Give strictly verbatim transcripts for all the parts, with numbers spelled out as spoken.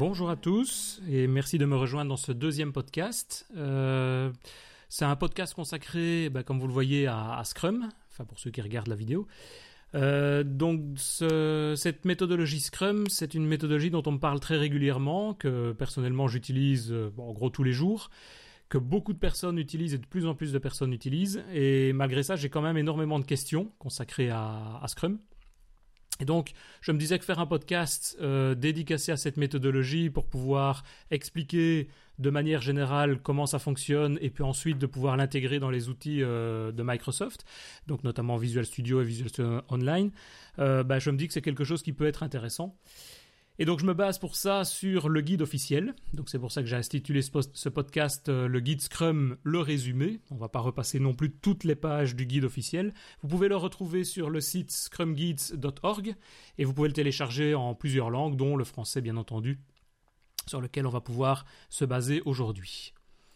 Bonjour à tous et merci de me rejoindre dans ce deuxième podcast. Euh, c'est un podcast consacré, bah, comme vous le voyez, à, à Scrum, enfin pour ceux qui regardent la vidéo. Euh, donc ce, cette méthodologie Scrum, c'est une méthodologie dont on me parle très régulièrement, que personnellement j'utilise bon, en gros tous les jours, que beaucoup de personnes utilisent et de plus en plus de personnes utilisent. Et malgré ça, j'ai quand même énormément de questions consacrées à, à Scrum. Et donc, je me disais que faire un podcast euh, dédicacé à cette méthodologie pour pouvoir expliquer de manière générale comment ça fonctionne et puis ensuite de pouvoir l'intégrer dans les outils euh, de Microsoft, donc notamment Visual Studio et Visual Studio Online, euh, bah, je me dis que c'est quelque chose qui peut être intéressant. Et donc, je me base pour ça sur le guide officiel. Donc, c'est pour ça que j'ai intitulé ce, post- ce podcast euh, le guide Scrum, le résumé. On va pas repasser non plus toutes les pages du guide officiel. Vous pouvez le retrouver sur le site scrum guides dot org et vous pouvez le télécharger en plusieurs langues, dont le français, bien entendu, sur lequel on va pouvoir se baser aujourd'hui.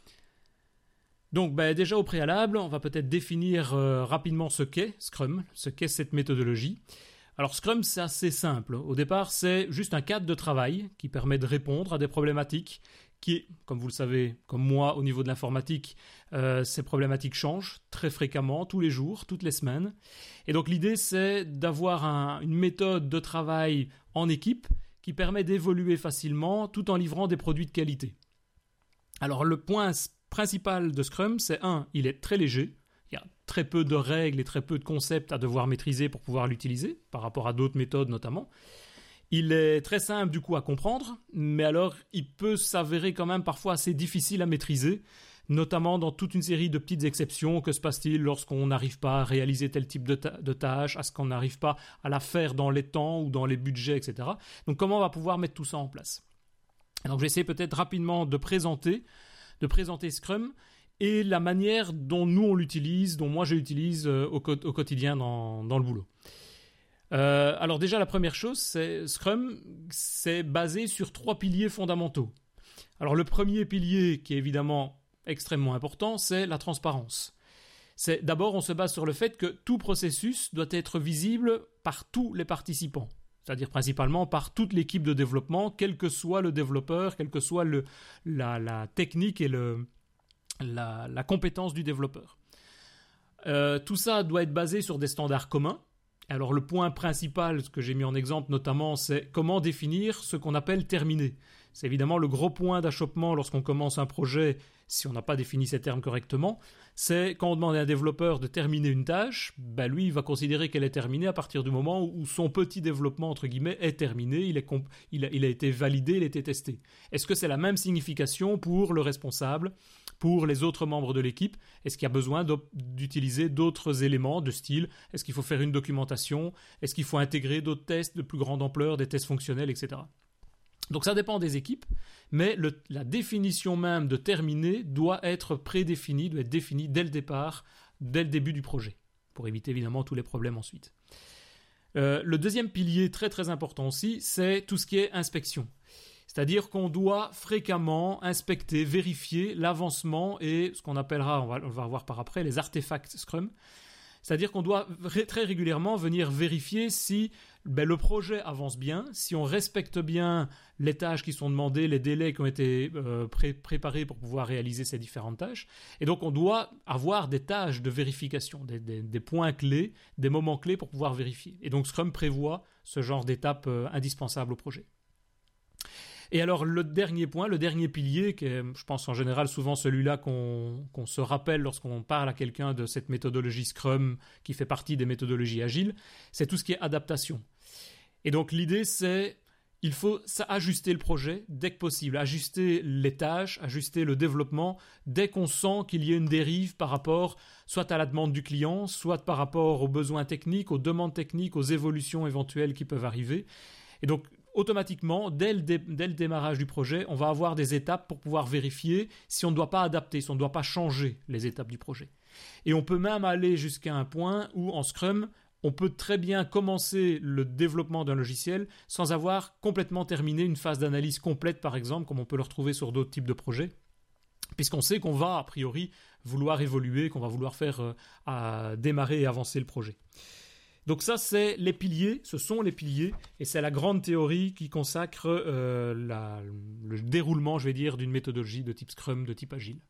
Donc, ben, déjà au préalable, on va peut-être définir euh, rapidement ce qu'est Scrum, ce qu'est cette méthodologie. Alors Scrum, c'est assez simple. Au départ, c'est juste un cadre de travail qui permet de répondre à des problématiques qui, comme vous le savez, comme moi, au niveau de l'informatique, euh, ces problématiques changent très fréquemment, tous les jours, toutes les semaines. Et donc l'idée, c'est d'avoir un, une méthode de travail en équipe qui permet d'évoluer facilement tout en livrant des produits de qualité. Alors le point principal de Scrum, c'est un, il est très léger. Il y a très peu de règles et très peu de concepts à devoir maîtriser pour pouvoir l'utiliser, par rapport à d'autres méthodes notamment. Il est très simple du coup à comprendre, mais alors il peut s'avérer quand même parfois assez difficile à maîtriser, notamment dans toute une série de petites exceptions. Que se passe-t-il lorsqu'on n'arrive pas à réaliser tel type de, ta- de tâche, à ce qu'on n'arrive pas à la faire dans les temps ou dans les budgets, et cetera. Donc comment on va pouvoir mettre tout ça en place ? Et donc j'essaie peut-être rapidement de présenter, de présenter Scrum, et la manière dont nous on l'utilise, dont moi je l'utilise euh, au, co- au quotidien dans, dans le boulot. Euh, alors déjà la première chose, c'est Scrum, c'est basé sur trois piliers fondamentaux. Alors le premier pilier, qui est évidemment extrêmement important, c'est la transparence. C'est d'abord on se base sur le fait que tout processus doit être visible par tous les participants, c'est-à-dire principalement par toute l'équipe de développement, quel que soit le développeur, quelle que soit le, la, la technique et le La, la compétence du développeur. Euh, tout ça doit être basé sur des standards communs. Alors le point principal, ce que j'ai mis en exemple notamment, c'est comment définir ce qu'on appelle terminé. C'est évidemment le gros point d'achoppement lorsqu'on commence un projet, si on n'a pas défini ces termes correctement. C'est quand on demande à un développeur de terminer une tâche, ben lui il va considérer qu'elle est terminée à partir du moment où son petit développement entre guillemets est terminé, il, est comp- il, a, il a été validé, il a été testé. Est-ce que c'est la même signification pour le responsable, pour les autres membres de l'équipe? Est-ce qu'il y a besoin d'utiliser d'autres éléments de style? Est-ce qu'il faut faire une documentation? Est-ce qu'il faut intégrer d'autres tests de plus grande ampleur, des tests fonctionnels, et cetera. Donc ça dépend des équipes, mais le, la définition même de terminer doit être prédéfinie, doit être définie dès le départ, dès le début du projet, pour éviter évidemment tous les problèmes ensuite. Euh, le deuxième pilier très très important aussi, c'est tout ce qui est inspection. C'est-à-dire qu'on doit fréquemment inspecter, vérifier l'avancement et ce qu'on appellera, on va, on va voir par après, les artefacts Scrum. C'est-à-dire qu'on doit ré- très régulièrement venir vérifier si ben, le projet avance bien, si on respecte bien les tâches qui sont demandées, les délais qui ont été euh, pré- préparés pour pouvoir réaliser ces différentes tâches. Et donc on doit avoir des tâches de vérification, des, des, des points clés, des moments clés pour pouvoir vérifier. Et donc Scrum prévoit ce genre d'étapes euh, indispensables au projet. Et alors le dernier point, le dernier pilier, qui est, je pense en général souvent celui-là qu'on, qu'on se rappelle lorsqu'on parle à quelqu'un de cette méthodologie Scrum qui fait partie des méthodologies agiles, c'est tout ce qui est adaptation. Et donc l'idée c'est, il faut ça, ajuster le projet dès que possible, ajuster les tâches, ajuster le développement dès qu'on sent qu'il y a une dérive par rapport soit à la demande du client, soit par rapport aux besoins techniques, aux demandes techniques, aux évolutions éventuelles qui peuvent arriver. Et donc automatiquement, dès le, dé- dès le démarrage du projet, on va avoir des étapes pour pouvoir vérifier si on ne doit pas adapter, si on ne doit pas changer les étapes du projet. Et on peut même aller jusqu'à un point où, en Scrum, on peut très bien commencer le développement d'un logiciel sans avoir complètement terminé une phase d'analyse complète, par exemple, comme on peut le retrouver sur d'autres types de projets. Puisqu'on sait qu'on va, a priori, vouloir évoluer, qu'on va vouloir faire euh, à démarrer et avancer le projet. Donc ça, c'est les piliers, ce sont les piliers, et c'est la grande théorie qui consacre euh, la, le déroulement, je vais dire, d'une méthodologie de type Scrum, de type Agile.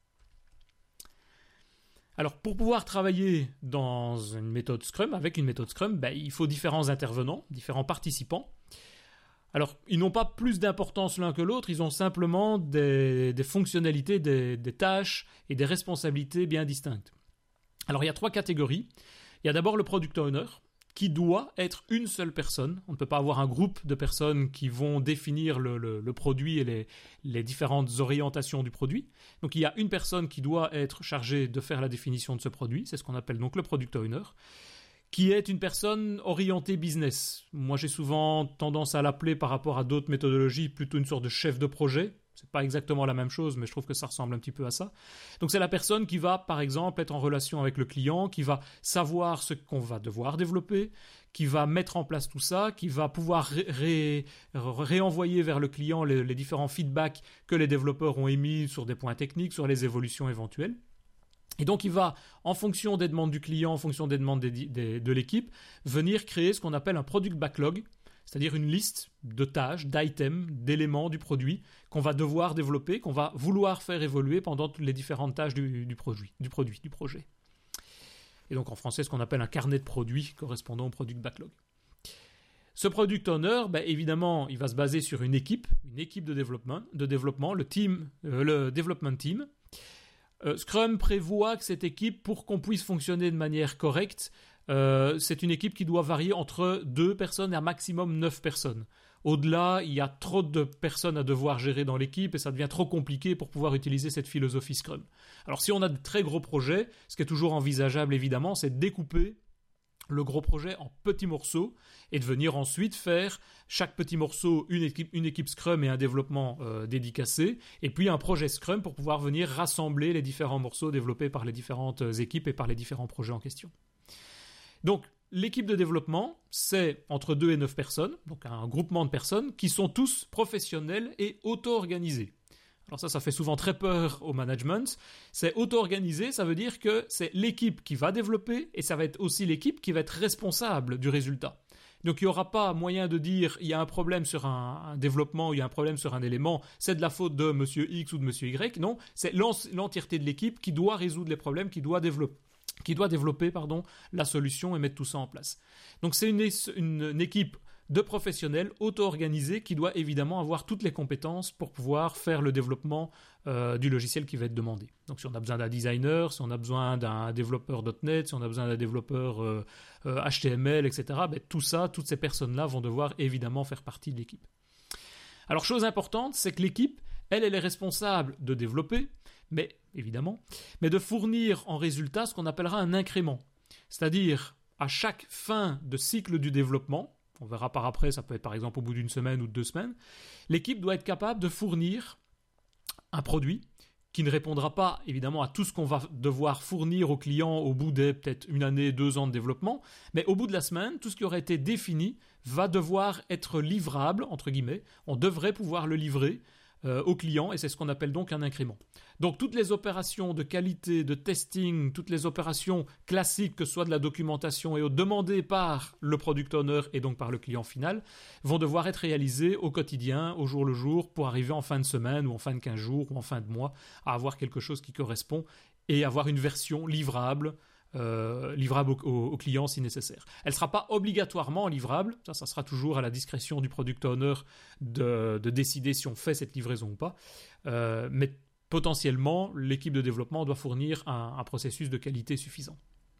Alors, pour pouvoir travailler dans une méthode Scrum, avec une méthode Scrum, ben, il faut différents intervenants, différents participants. Alors, ils n'ont pas plus d'importance l'un que l'autre, ils ont simplement des, des fonctionnalités, des, des tâches et des responsabilités bien distinctes. Alors, il y a trois catégories. Il y a d'abord le Product Owner, qui doit être une seule personne. On ne peut pas avoir un groupe de personnes qui vont définir le, le, le produit et les, les différentes orientations du produit. Donc il y a une personne qui doit être chargée de faire la définition de ce produit, c'est ce qu'on appelle donc le Product Owner, qui est une personne orientée business. Moi j'ai souvent tendance à l'appeler par rapport à d'autres méthodologies plutôt une sorte de chef de projet. C'est pas exactement la même chose, mais je trouve que ça ressemble un petit peu à ça. Donc c'est la personne qui va, par exemple, être en relation avec le client, qui va savoir ce qu'on va devoir développer, qui va mettre en place tout ça, qui va pouvoir ré- ré- réenvoyer vers le client les, les différents feedbacks que les développeurs ont émis sur des points techniques, sur les évolutions éventuelles. Et donc il va, en fonction des demandes du client, en fonction des demandes des, des, de l'équipe, venir créer ce qu'on appelle un product backlog, c'est-à-dire une liste de tâches, d'items, d'éléments du produit qu'on va devoir développer, qu'on va vouloir faire évoluer pendant les différentes tâches du, du, produit, du produit, du projet. Et donc en français, ce qu'on appelle un carnet de produits correspondant au product backlog. Ce product owner, ben, évidemment, il va se baser sur une équipe, une équipe de développement, de développement le, team, euh, le development team. Euh, Scrum prévoit que cette équipe, pour qu'on puisse fonctionner de manière correcte, Euh, c'est une équipe qui doit varier entre deux personnes et un maximum neuf personnes. Au-delà, il y a trop de personnes à devoir gérer dans l'équipe et ça devient trop compliqué pour pouvoir utiliser cette philosophie Scrum. Alors si on a de très gros projets, ce qui est toujours envisageable évidemment, c'est de découper le gros projet en petits morceaux et de venir ensuite faire chaque petit morceau une équipe, une équipe Scrum et un développement euh, dédicacé, et puis un projet Scrum pour pouvoir venir rassembler les différents morceaux développés par les différentes équipes et par les différents projets en question. Donc, l'équipe de développement, c'est entre deux et neuf personnes, donc un groupement de personnes qui sont tous professionnels et auto-organisés. Alors ça, ça fait souvent très peur au management. C'est auto-organisé, ça veut dire que c'est l'équipe qui va développer et ça va être aussi l'équipe qui va être responsable du résultat. Donc il n'y aura pas moyen de dire il y a un problème sur un, un développement, il y a un problème sur un élément, c'est de la faute de monsieur X ou de monsieur Y. Non, c'est l'entièreté de l'équipe qui doit résoudre les problèmes, qui doit développer. qui doit développer pardon, la solution et mettre tout ça en place. Donc c'est une, une, une équipe de professionnels auto-organisés qui doit évidemment avoir toutes les compétences pour pouvoir faire le développement euh, du logiciel qui va être demandé. Donc si on a besoin d'un designer, si on a besoin d'un développeur .net, si on a besoin d'un développeur euh, euh, H T M L, et cetera, ben, tout ça, toutes ces personnes-là vont devoir évidemment faire partie de l'équipe. Alors chose importante, c'est que l'équipe, elle, elle est responsable de développer, mais évidemment, mais de fournir en résultat ce qu'on appellera un incrément. C'est-à-dire, à chaque fin de cycle du développement, on verra par après, ça peut être par exemple au bout d'une semaine ou de deux semaines, l'équipe doit être capable de fournir un produit qui ne répondra pas évidemment à tout ce qu'on va devoir fournir au client au bout de peut-être une année, deux ans de développement, mais au bout de la semaine, tout ce qui aurait été défini va devoir être livrable, entre guillemets, on devrait pouvoir le livrer euh, au client et c'est ce qu'on appelle donc un incrément. Donc toutes les opérations de qualité, de testing, toutes les opérations classiques, que ce soit de la documentation et autres, demandées par le product owner et donc par le client final, vont devoir être réalisées au quotidien, au jour le jour, pour arriver en fin de semaine ou en fin de quinze jours ou en fin de mois à avoir quelque chose qui correspond et avoir une version livrable, euh, livrable au, au, au client si nécessaire. Elle ne sera pas obligatoirement livrable, ça, ça sera toujours à la discrétion du product owner de, de décider si on fait cette livraison ou pas, euh, mais potentiellement, l'équipe de développement doit fournir un, un processus de qualité suffisant.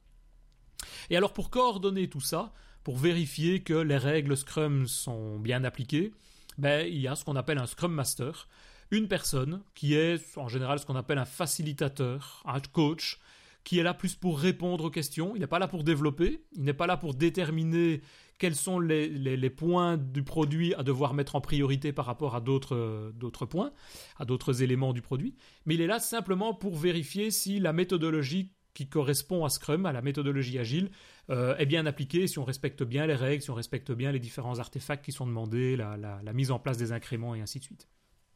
Et alors, pour coordonner tout ça, pour vérifier que les règles Scrum sont bien appliquées, ben, il y a ce qu'on appelle un Scrum Master, une personne qui est en général ce qu'on appelle un facilitateur, un coach, qui est là plus pour répondre aux questions. Il n'est pas là pour développer, il n'est pas là pour déterminer quels sont les, les, les points du produit à devoir mettre en priorité par rapport à d'autres, d'autres points, à d'autres éléments du produit. Mais il est là simplement pour vérifier si la méthodologie qui correspond à Scrum, à la méthodologie agile, euh, est bien appliquée, si on respecte bien les règles, si on respecte bien les différents artefacts qui sont demandés, la, la, la mise en place des incréments et ainsi de suite.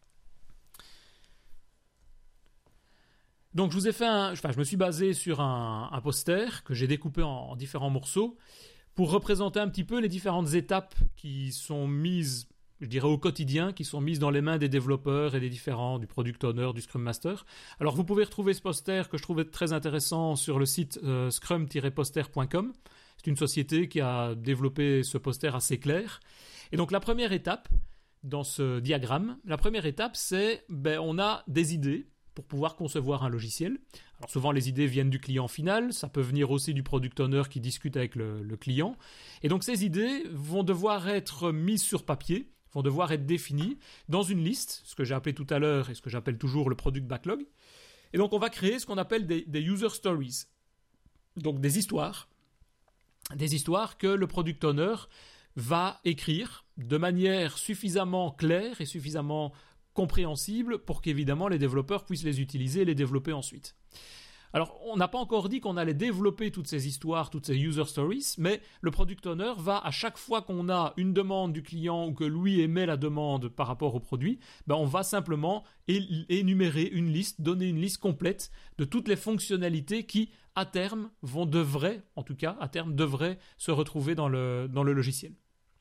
Donc je vous ai fait un, enfin je me suis basé sur un, un poster que j'ai découpé en, en différents morceaux pour représenter un petit peu les différentes étapes qui sont mises, je dirais au quotidien, qui sont mises dans les mains des développeurs et des différents, du product owner, du Scrum Master. Alors vous pouvez retrouver ce poster que je trouvais très intéressant sur le site euh, scrum tiret poster point com. C'est une société qui a développé ce poster assez clair. Et donc la première étape dans ce diagramme, la première étape c'est, ben, on a des idées pour pouvoir concevoir un logiciel. Alors souvent les idées viennent du client final, ça peut venir aussi du product owner qui discute avec le, le client. Et donc ces idées vont devoir être mises sur papier, vont devoir être définies dans une liste, ce que j'ai appelé tout à l'heure et ce que j'appelle toujours le product backlog. Et donc on va créer ce qu'on appelle des, des user stories, donc des histoires, des histoires que le product owner va écrire de manière suffisamment claire et suffisamment compréhensible pour qu'évidemment les développeurs puissent les utiliser et les développer ensuite. Alors, on n'a pas encore dit qu'on allait développer toutes ces histoires, toutes ces user stories, mais le product owner va, à chaque fois qu'on a une demande du client ou que lui émet la demande par rapport au produit, ben on va simplement é- énumérer une liste, donner une liste complète de toutes les fonctionnalités qui, à terme, vont devraient, en tout cas, à terme, devraient se retrouver dans le, dans le logiciel.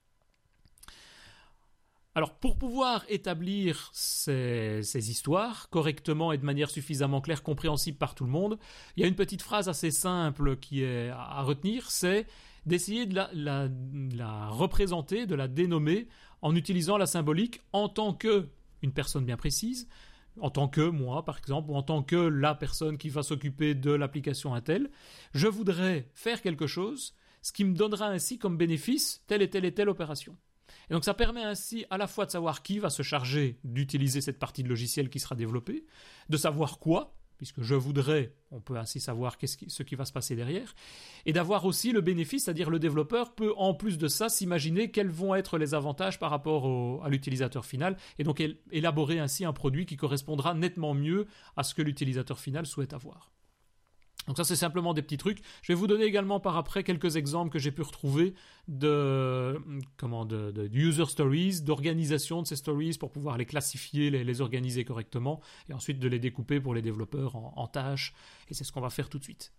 Alors, pour pouvoir établir ces, ces histoires correctement et de manière suffisamment claire, compréhensible par tout le monde, il y a une petite phrase assez simple qui est à, à retenir, c'est d'essayer de la, la, la représenter, de la dénommer en utilisant la symbolique en tant que une personne bien précise, en tant que moi, par exemple, ou en tant que la personne qui va s'occuper de l'application Intel. Je voudrais faire quelque chose, ce qui me donnera ainsi comme bénéfice telle et telle et telle opération. Et donc ça permet ainsi à la fois de savoir qui va se charger d'utiliser cette partie de logiciel qui sera développée, de savoir quoi, puisque je voudrais, on peut ainsi savoir qu'est-ce qui, ce qui va se passer derrière, et d'avoir aussi le bénéfice, c'est-à-dire le développeur peut en plus de ça s'imaginer quels vont être les avantages par rapport au, à l'utilisateur final, et donc élaborer ainsi un produit qui correspondra nettement mieux à ce que l'utilisateur final souhaite avoir. Donc ça, c'est simplement des petits trucs. Je vais vous donner également par après quelques exemples que j'ai pu retrouver de, comment, de, de user stories, d'organisation de ces stories pour pouvoir les classifier, les, les organiser correctement et ensuite de les découper pour les développeurs en, en tâches. Et c'est ce qu'on va faire tout de suite.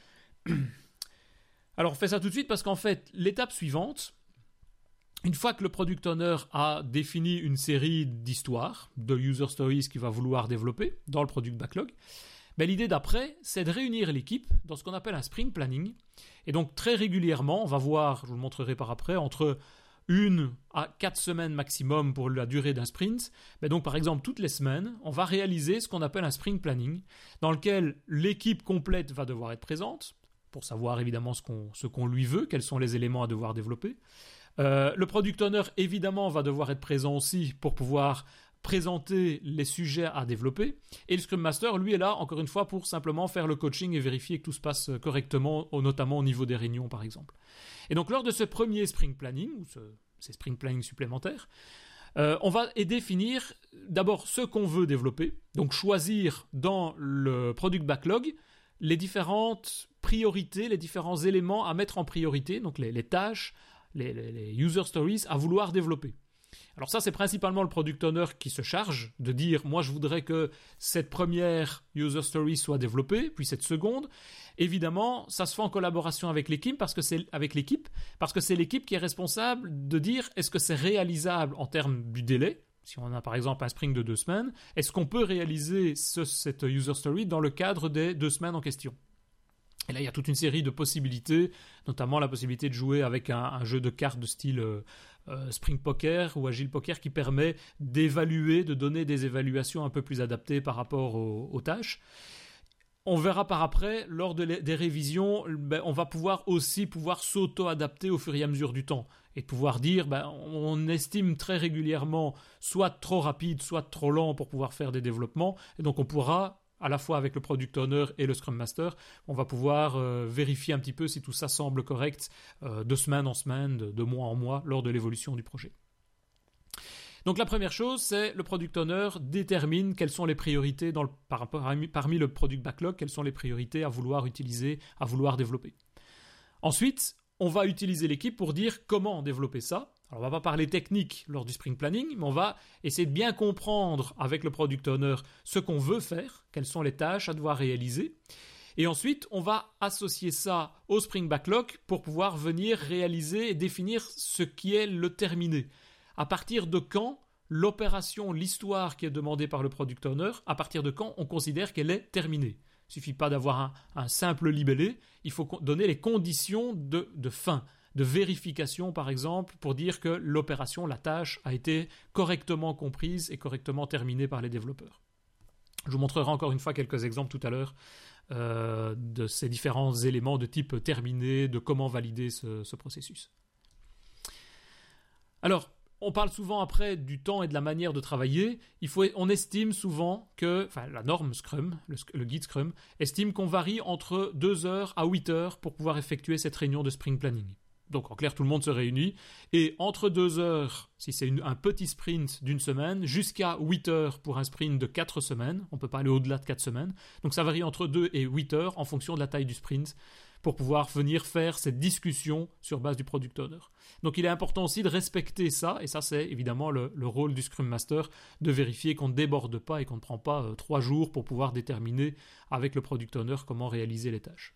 Alors, on fait ça tout de suite parce qu'en fait, l'étape suivante, une fois que le product owner a défini une série d'histoires, de user stories qu'il va vouloir développer dans le product backlog, ben, l'idée d'après, c'est de réunir l'équipe dans ce qu'on appelle un sprint planning. Et donc, très régulièrement, on va voir, je vous le montrerai par après, entre une à quatre semaines maximum pour la durée d'un sprint. Ben donc, par exemple, toutes les semaines, on va réaliser ce qu'on appelle un sprint planning, dans lequel l'équipe complète va devoir être présente, pour savoir évidemment ce qu'on, ce qu'on lui veut, quels sont les éléments à devoir développer. Euh, le product owner, évidemment, va devoir être présent aussi pour pouvoir présenter les sujets à développer. Et le Scrum Master, lui, est là, encore une fois, pour simplement faire le coaching et vérifier que tout se passe correctement, notamment au niveau des réunions, par exemple. Et donc, lors de ce premier sprint planning, ou ce, ces sprint planning supplémentaires, euh, on va définir d'abord ce qu'on veut développer, donc choisir dans le product backlog les différentes priorités, les différents éléments à mettre en priorité, donc les, les tâches, les, les, les user stories à vouloir développer. Alors ça, c'est principalement le product owner qui se charge de dire « moi, je voudrais que cette première user story soit développée, puis cette seconde ». Évidemment, ça se fait en collaboration avec l'équipe parce que c'est, avec l'équipe, parce que c'est l'équipe qui est responsable de dire est-ce que c'est réalisable en termes du délai. Si on a par exemple un sprint de deux semaines, est-ce qu'on peut réaliser ce, cette user story dans le cadre des deux semaines en question ? Et là, il y a toute une série de possibilités, notamment la possibilité de jouer avec un, un jeu de cartes de style euh, euh, Spring Poker ou Agile Poker qui permet d'évaluer, de donner des évaluations un peu plus adaptées par rapport aux, aux tâches. On verra par après, lors de les, des révisions, ben, on va pouvoir aussi pouvoir s'auto-adapter au fur et à mesure du temps et pouvoir dire, ben, on estime très régulièrement soit trop rapide, soit trop lent pour pouvoir faire des développements, et donc on pourra à la fois avec le Product Owner et le Scrum Master, on va pouvoir euh, vérifier un petit peu si tout ça semble correct euh, de semaine en semaine, de, de mois en mois, lors de l'évolution du projet. Donc la première chose, c'est le Product Owner détermine quelles sont les priorités dans le, par, parmi, parmi le Product Backlog, quelles sont les priorités à vouloir utiliser, à vouloir développer. Ensuite, on va utiliser l'équipe pour dire comment développer ça. Alors, on ne va pas parler technique lors du sprint planning, mais on va essayer de bien comprendre avec le product owner ce qu'on veut faire, quelles sont les tâches à devoir réaliser. Et ensuite, on va associer ça au Sprint Backlog pour pouvoir venir réaliser et définir ce qui est le terminé. À partir de quand l'opération, l'histoire qui est demandée par le Product Owner, à partir de quand on considère qu'elle est terminée. Il ne suffit pas d'avoir un, un simple libellé, il faut donner les conditions de, de fin, de vérification par exemple, pour dire que l'opération, la tâche a été correctement comprise et correctement terminée par les développeurs. Je vous montrerai encore une fois quelques exemples tout à l'heure euh, de ces différents éléments de type terminé, de comment valider ce, ce processus. Alors, on parle souvent après du temps et de la manière de travailler. Il faut, on estime souvent que, enfin la norme Scrum, le, le guide Scrum, estime qu'on varie entre deux heures à huit heures pour pouvoir effectuer cette réunion de sprint planning. Donc en clair, tout le monde se réunit et entre deux heures, si c'est une, un petit sprint d'une semaine, jusqu'à huit heures pour un sprint de quatre semaines. On ne peut pas aller au-delà de quatre semaines. Donc ça varie entre deux et huit heures en fonction de la taille du sprint pour pouvoir venir faire cette discussion sur base du Product Owner. Donc il est important aussi de respecter ça, et ça c'est évidemment le, le rôle du Scrum Master, de vérifier qu'on ne déborde pas et qu'on ne prend pas euh, trois jours pour pouvoir déterminer avec le Product Owner comment réaliser les tâches.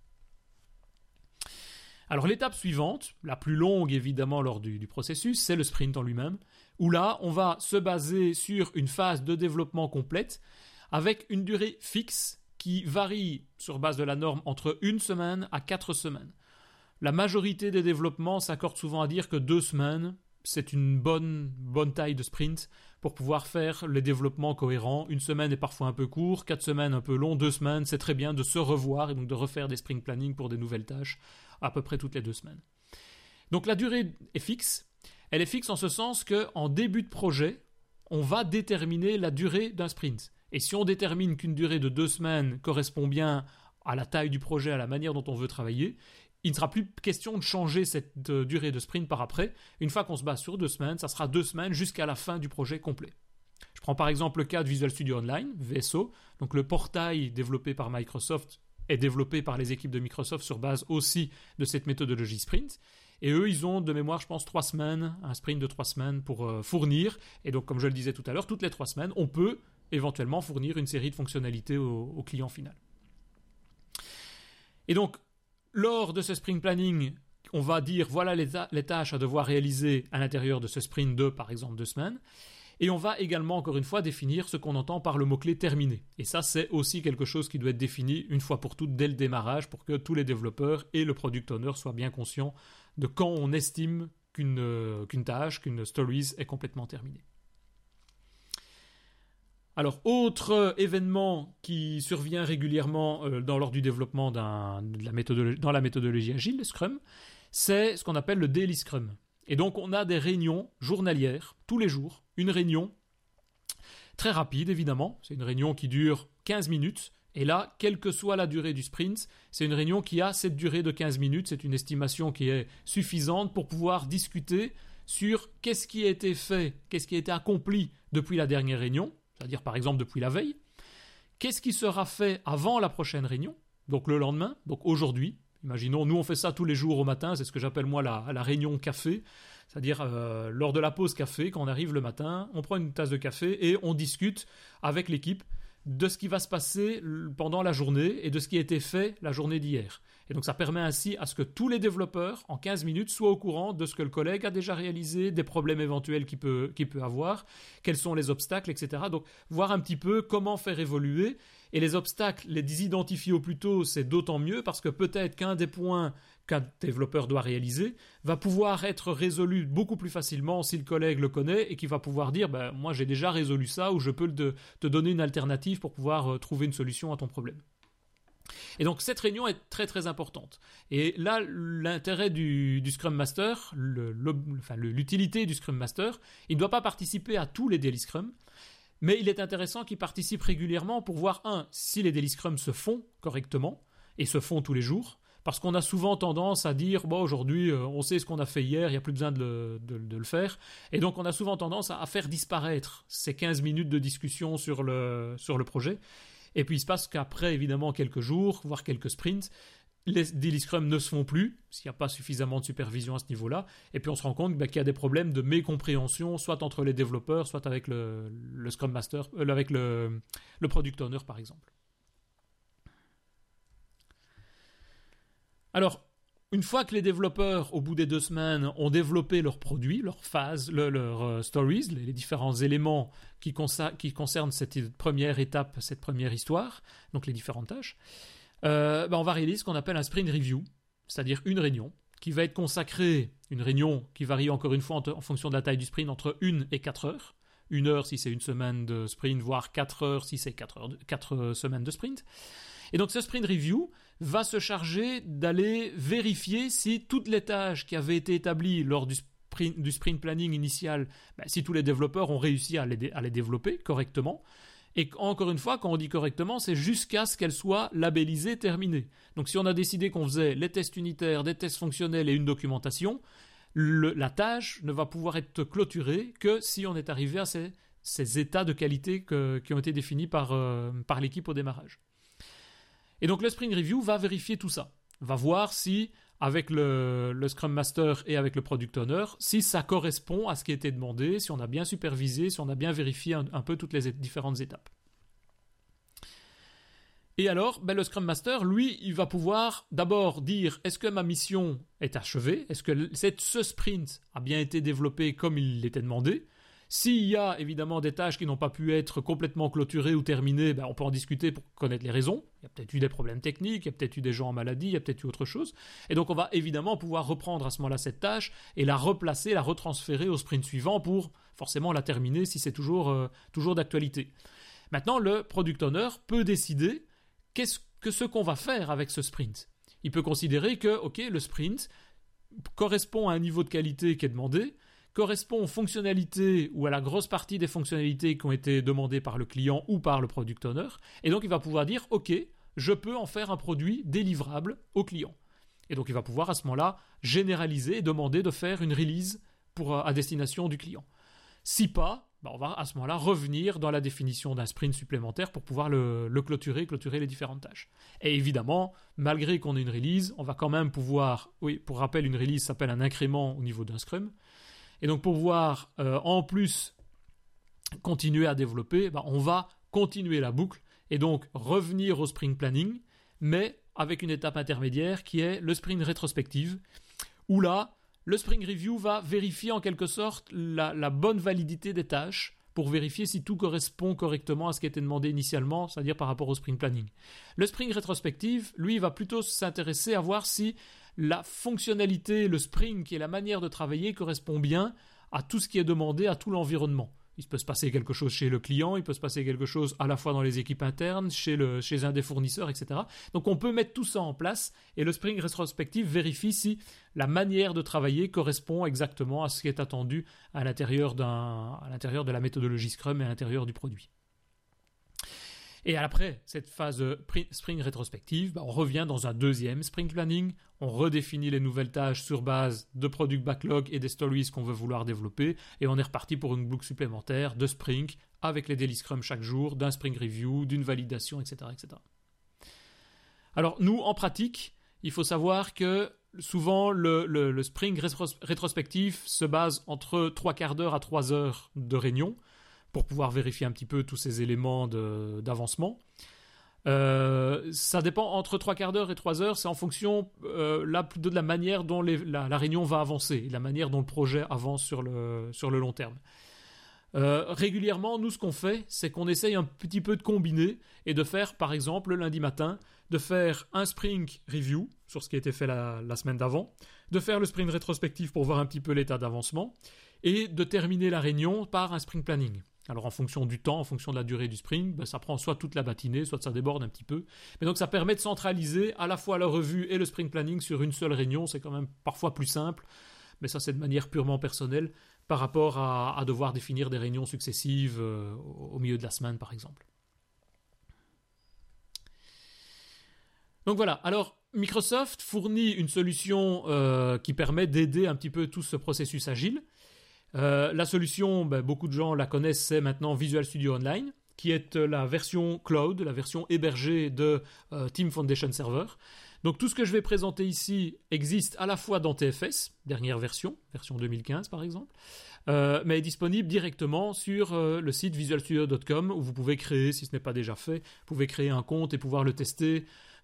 Alors l'étape suivante, la plus longue évidemment lors du, du processus, c'est le sprint en lui-même, où là on va se baser sur une phase de développement complète avec une durée fixe qui varie sur base de la norme entre une semaine à quatre semaines. La majorité des développements s'accordent souvent à dire que deux semaines, c'est une bonne, bonne taille de sprint pour pouvoir faire les développements cohérents. Une semaine est parfois un peu court, quatre semaines un peu long, deux semaines, c'est très bien de se revoir et donc de refaire des sprint planning pour des nouvelles tâches à peu près toutes les deux semaines. Donc la durée est fixe. Elle est fixe en ce sens qu'en début de projet, on va déterminer la durée d'un sprint. Et si on détermine qu'une durée de deux semaines correspond bien à la taille du projet, à la manière dont on veut travailler, il ne sera plus question de changer cette durée de sprint par après. Une fois qu'on se base sur deux semaines, ça sera deux semaines jusqu'à la fin du projet complet. Je prends par exemple le cas de Visual Studio Online, V S O, donc le portail développé par Microsoft est développé par les équipes de Microsoft sur base aussi de cette méthodologie sprint. Et eux, ils ont de mémoire, je pense, trois semaines, un sprint de trois semaines pour euh, fournir. Et donc, comme je le disais tout à l'heure, toutes les trois semaines, on peut éventuellement fournir une série de fonctionnalités au, au client final. Et donc, lors de ce sprint planning, on va dire voilà les, ta- les tâches à devoir réaliser à l'intérieur de ce sprint de, par exemple, deux semaines. Et on va également, encore une fois, définir ce qu'on entend par le mot-clé terminé. Et ça, c'est aussi quelque chose qui doit être défini une fois pour toutes dès le démarrage pour que tous les développeurs et le product owner soient bien conscients de quand on estime qu'une, euh, qu'une tâche, qu'une stories est complètement terminée. Alors, autre événement qui survient régulièrement euh, dans, lors du développement d'un, de la méthodologie, dans la méthodologie agile, Scrum, c'est ce qu'on appelle le Daily Scrum. Et donc, on a des réunions journalières, tous les jours, une réunion très rapide, évidemment. C'est une réunion qui dure quinze minutes. Et là, quelle que soit la durée du sprint, c'est une réunion qui a cette durée de quinze minutes. C'est une estimation qui est suffisante pour pouvoir discuter sur qu'est-ce qui a été fait, qu'est-ce qui a été accompli depuis la dernière réunion, c'est-à-dire par exemple depuis la veille. Qu'est-ce qui sera fait avant la prochaine réunion, donc le lendemain, donc aujourd'hui. Imaginons, nous on fait ça tous les jours au matin, c'est ce que j'appelle moi la, la réunion café, c'est-à-dire euh, lors de la pause café, quand on arrive le matin, on prend une tasse de café et on discute avec l'équipe de ce qui va se passer pendant la journée et de ce qui a été fait la journée d'hier. Et donc ça permet ainsi à ce que tous les développeurs, en quinze minutes, soient au courant de ce que le collègue a déjà réalisé, des problèmes éventuels qu'il peut, qu'il peut avoir, quels sont les obstacles, et cetera. Donc voir un petit peu comment faire évoluer. Et les obstacles, les identifier au plus tôt, c'est d'autant mieux parce que peut-être qu'un des points qu'un développeur doit réaliser va pouvoir être résolu beaucoup plus facilement si le collègue le connaît et qu'il va pouvoir dire ben, « moi j'ai déjà résolu ça » ou « je peux te, te donner une alternative pour pouvoir euh, trouver une solution à ton problème ». Et donc cette réunion est très très importante. Et là, l'intérêt du, du Scrum Master, le, le, enfin, le, l'utilité du Scrum Master, il ne doit pas participer à tous les Daily Scrum, mais il est intéressant qu'il participe régulièrement pour voir, un, si les Daily Scrum se font correctement, et se font tous les jours, parce qu'on a souvent tendance à dire bon, aujourd'hui, euh, on sait ce qu'on a fait hier, il n'y a plus besoin de le, de, de le faire. Et donc, on a souvent tendance à, à faire disparaître ces quinze minutes de discussion sur le, sur le projet. Et puis, il se passe qu'après, évidemment, quelques jours, voire quelques sprints, les daily scrum ne se font plus, s'il n'y a pas suffisamment de supervision à ce niveau-là. Et puis, on se rend compte bah, qu'il y a des problèmes de mécompréhension, soit entre les développeurs, soit avec le, le Scrum Master, euh, avec le, le Product Owner, par exemple. Alors, une fois que les développeurs, au bout des deux semaines, ont développé leurs produits, leurs phases, leurs leur, euh, stories, les, les différents éléments qui, consa- qui concernent cette première étape, cette première histoire, donc les différentes tâches, euh, ben on va réaliser ce qu'on appelle un sprint review, c'est-à-dire une réunion qui va être consacrée, une réunion qui varie encore une fois en, en fonction de la taille du sprint, entre une et quatre heures. Une heure si c'est une semaine de sprint, voire quatre heures si c'est quatre, heures de, quatre semaines de sprint. Et donc ce sprint review va se charger d'aller vérifier si toutes les tâches qui avaient été établies lors du sprint, du sprint planning initial, ben, si tous les développeurs ont réussi à les, à les développer correctement. Et encore une fois, quand on dit correctement, c'est jusqu'à ce qu'elles soient labellisées, terminées. Donc si on a décidé qu'on faisait les tests unitaires, des tests fonctionnels et une documentation, le, la tâche ne va pouvoir être clôturée que si on est arrivé à ces, ces états de qualité que, qui ont été définis par, euh, par l'équipe au démarrage. Et donc le Sprint Review va vérifier tout ça, va voir si, avec le, le Scrum Master et avec le Product Owner, si ça correspond à ce qui a été demandé, si on a bien supervisé, si on a bien vérifié un, un peu toutes les différentes étapes. Et alors, ben le Scrum Master, lui, il va pouvoir d'abord dire, est-ce que ma mission est achevée? Est-ce que cette, ce sprint a bien été développé comme il l'était demandé? S'il y a évidemment des tâches qui n'ont pas pu être complètement clôturées ou terminées, ben on peut en discuter pour connaître les raisons. Il y a peut-être eu des problèmes techniques, il y a peut-être eu des gens en maladie, il y a peut-être eu autre chose. Et donc on va évidemment pouvoir reprendre à ce moment-là cette tâche et la replacer, la retransférer au sprint suivant pour forcément la terminer si c'est toujours, euh, toujours d'actualité. Maintenant, le Product Owner peut décider qu'est-ce que ce qu'on va faire avec ce sprint. Il peut considérer que, ok, le sprint correspond à un niveau de qualité qui est demandé, correspond aux fonctionnalités ou à la grosse partie des fonctionnalités qui ont été demandées par le client ou par le product owner, et donc il va pouvoir dire, ok, je peux en faire un produit délivrable au client. Et donc il va pouvoir à ce moment-là généraliser et demander de faire une release pour, à destination du client. Si pas, ben on va à ce moment-là revenir dans la définition d'un sprint supplémentaire pour pouvoir le, le clôturer, clôturer les différentes tâches. Et évidemment, malgré qu'on ait une release, on va quand même pouvoir, oui, pour rappel, une release s'appelle un incrément au niveau d'un Scrum, et donc pour pouvoir euh, en plus continuer à développer, ben on va continuer la boucle et donc revenir au sprint planning, mais avec une étape intermédiaire qui est le sprint rétrospective, où là, le sprint review va vérifier en quelque sorte la, la bonne validité des tâches pour vérifier si tout correspond correctement à ce qui était demandé initialement, c'est-à-dire par rapport au sprint planning. Le sprint rétrospective, lui, va plutôt s'intéresser à voir si la fonctionnalité, le sprint, qui est la manière de travailler, correspond bien à tout ce qui est demandé, à tout l'environnement. Il peut se passer quelque chose chez le client, il peut se passer quelque chose à la fois dans les équipes internes, chez, le, chez un des fournisseurs, et cetera. Donc on peut mettre tout ça en place et le sprint rétrospective vérifie si la manière de travailler correspond exactement à ce qui est attendu à l'intérieur, d'un, à l'intérieur de la méthodologie Scrum et à l'intérieur du produit. Et après cette phase sprint rétrospective, bah on revient dans un deuxième sprint planning, on redéfinit les nouvelles tâches sur base de product backlog et des stories qu'on veut vouloir développer, et on est reparti pour une boucle supplémentaire de sprint avec les daily scrum chaque jour, d'un sprint review, d'une validation, et cetera, et cetera. Alors nous, en pratique, il faut savoir que souvent le, le, le sprint rétrospectif se base entre trois quarts d'heure à trois heures de réunion, pour pouvoir vérifier un petit peu tous ces éléments de, d'avancement. Euh, ça dépend entre trois quarts d'heure et trois heures, c'est en fonction euh, là, plutôt de la manière dont les, la, la réunion va avancer, la manière dont le projet avance sur le, sur le long terme. Euh, régulièrement, nous, ce qu'on fait, c'est qu'on essaye un petit peu de combiner et de faire, par exemple, le lundi matin, de faire un sprint review sur ce qui a été fait la, la semaine d'avant, de faire le sprint rétrospectif pour voir un petit peu l'état d'avancement, et de terminer la réunion par un sprint planning. Alors en fonction du temps, en fonction de la durée du sprint, ben ça prend soit toute la matinée, soit ça déborde un petit peu. Mais donc ça permet de centraliser à la fois la revue et le sprint planning sur une seule réunion. C'est quand même parfois plus simple, mais ça c'est de manière purement personnelle par rapport à, à devoir définir des réunions successives euh, au milieu de la semaine par exemple. Donc voilà, alors Microsoft fournit une solution euh, qui permet d'aider un petit peu tout ce processus agile. Euh, la solution, ben, beaucoup de gens la connaissent, c'est maintenant Visual Studio Online, qui est la version cloud, la version hébergée de euh, Team Foundation Server. Donc tout ce que je vais présenter ici existe à la fois dans T F S, dernière version, version deux mille quinze par exemple, euh, mais est disponible directement sur euh, le site visual studio point com où vous pouvez créer, si ce n'est pas déjà fait, vous pouvez créer un compte et pouvoir le tester.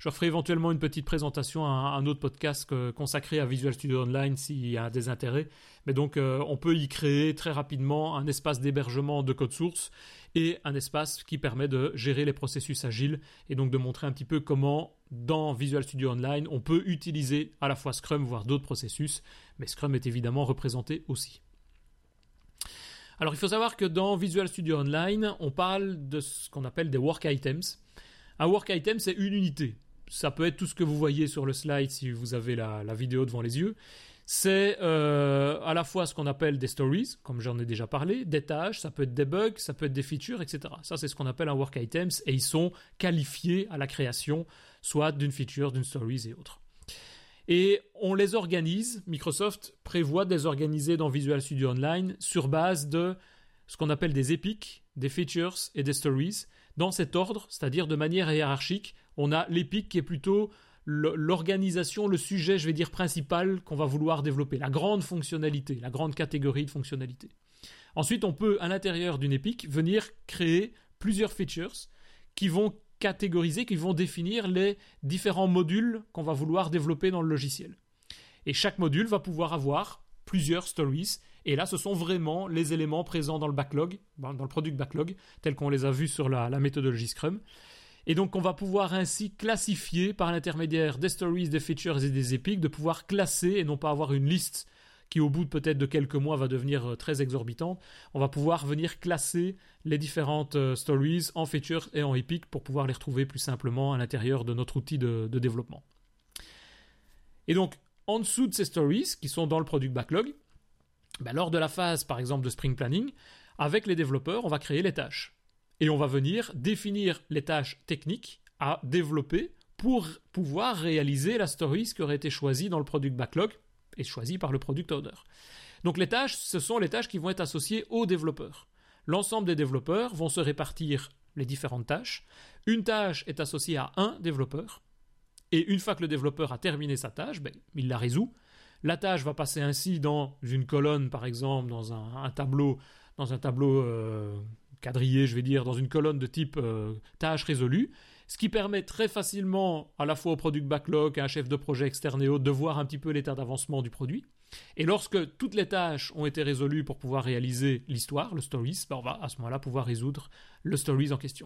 Je ferai éventuellement une petite présentation à un, un autre podcast que, consacré à Visual Studio Online s'il y a des intérêts. Mais donc, euh, on peut y créer très rapidement un espace d'hébergement de code source et un espace qui permet de gérer les processus agiles et donc de montrer un petit peu comment, dans Visual Studio Online, on peut utiliser à la fois Scrum, voire d'autres processus. Mais Scrum est évidemment représenté aussi. Alors, il faut savoir que dans Visual Studio Online, on parle de ce qu'on appelle des work items. Un work item, c'est une unité. Ça peut être tout ce que vous voyez sur le slide si vous avez la, la vidéo devant les yeux. C'est euh, à la fois ce qu'on appelle des stories, comme j'en ai déjà parlé, des tâches, ça peut être des bugs, ça peut être des features, et cetera. Ça, c'est ce qu'on appelle un work items et ils sont qualifiés à la création, soit d'une feature, d'une stories et autres. Et on les organise, Microsoft prévoit de les organiser dans Visual Studio Online sur base de ce qu'on appelle des epics, des features et des stories, dans cet ordre, c'est-à-dire de manière hiérarchique. On a l'epic qui est plutôt l'organisation, le sujet, je vais dire, principal qu'on va vouloir développer, la grande fonctionnalité, la grande catégorie de fonctionnalité. Ensuite, on peut, à l'intérieur d'une epic, venir créer plusieurs features qui vont catégoriser, qui vont définir les différents modules qu'on va vouloir développer dans le logiciel. Et chaque module va pouvoir avoir plusieurs stories. Et là, ce sont vraiment les éléments présents dans le backlog, dans le product backlog, tels qu'on les a vus sur la, la méthodologie Scrum. Et donc, on va pouvoir ainsi classifier par l'intermédiaire des stories, des features et des epics, de pouvoir classer et non pas avoir une liste qui, au bout de peut-être de quelques mois, va devenir très exorbitante. On va pouvoir venir classer les différentes stories en features et en epics pour pouvoir les retrouver plus simplement à l'intérieur de notre outil de, de développement. Et donc, en dessous de ces stories, qui sont dans le product backlog, ben, lors de la phase, par exemple, de sprint planning, avec les développeurs, on va créer les tâches. Et on va venir définir les tâches techniques à développer pour pouvoir réaliser la stories qui aurait été choisie dans le product backlog et choisie par le product owner. Donc les tâches, ce sont les tâches qui vont être associées aux développeurs. L'ensemble des développeurs vont se répartir les différentes tâches. Une tâche est associée à un développeur. Et une fois que le développeur a terminé sa tâche, ben, il la résout. La tâche va passer ainsi dans une colonne, par exemple, dans un, un tableau, dans un tableau euh, quadrillé, je vais dire, dans une colonne de type euh, tâche résolue, ce qui permet très facilement, à la fois au product backlog, à un chef de projet externe et autres, de voir un petit peu l'état d'avancement du produit. Et lorsque toutes les tâches ont été résolues pour pouvoir réaliser l'histoire, le stories, ben on va à ce moment-là pouvoir résoudre le stories en question.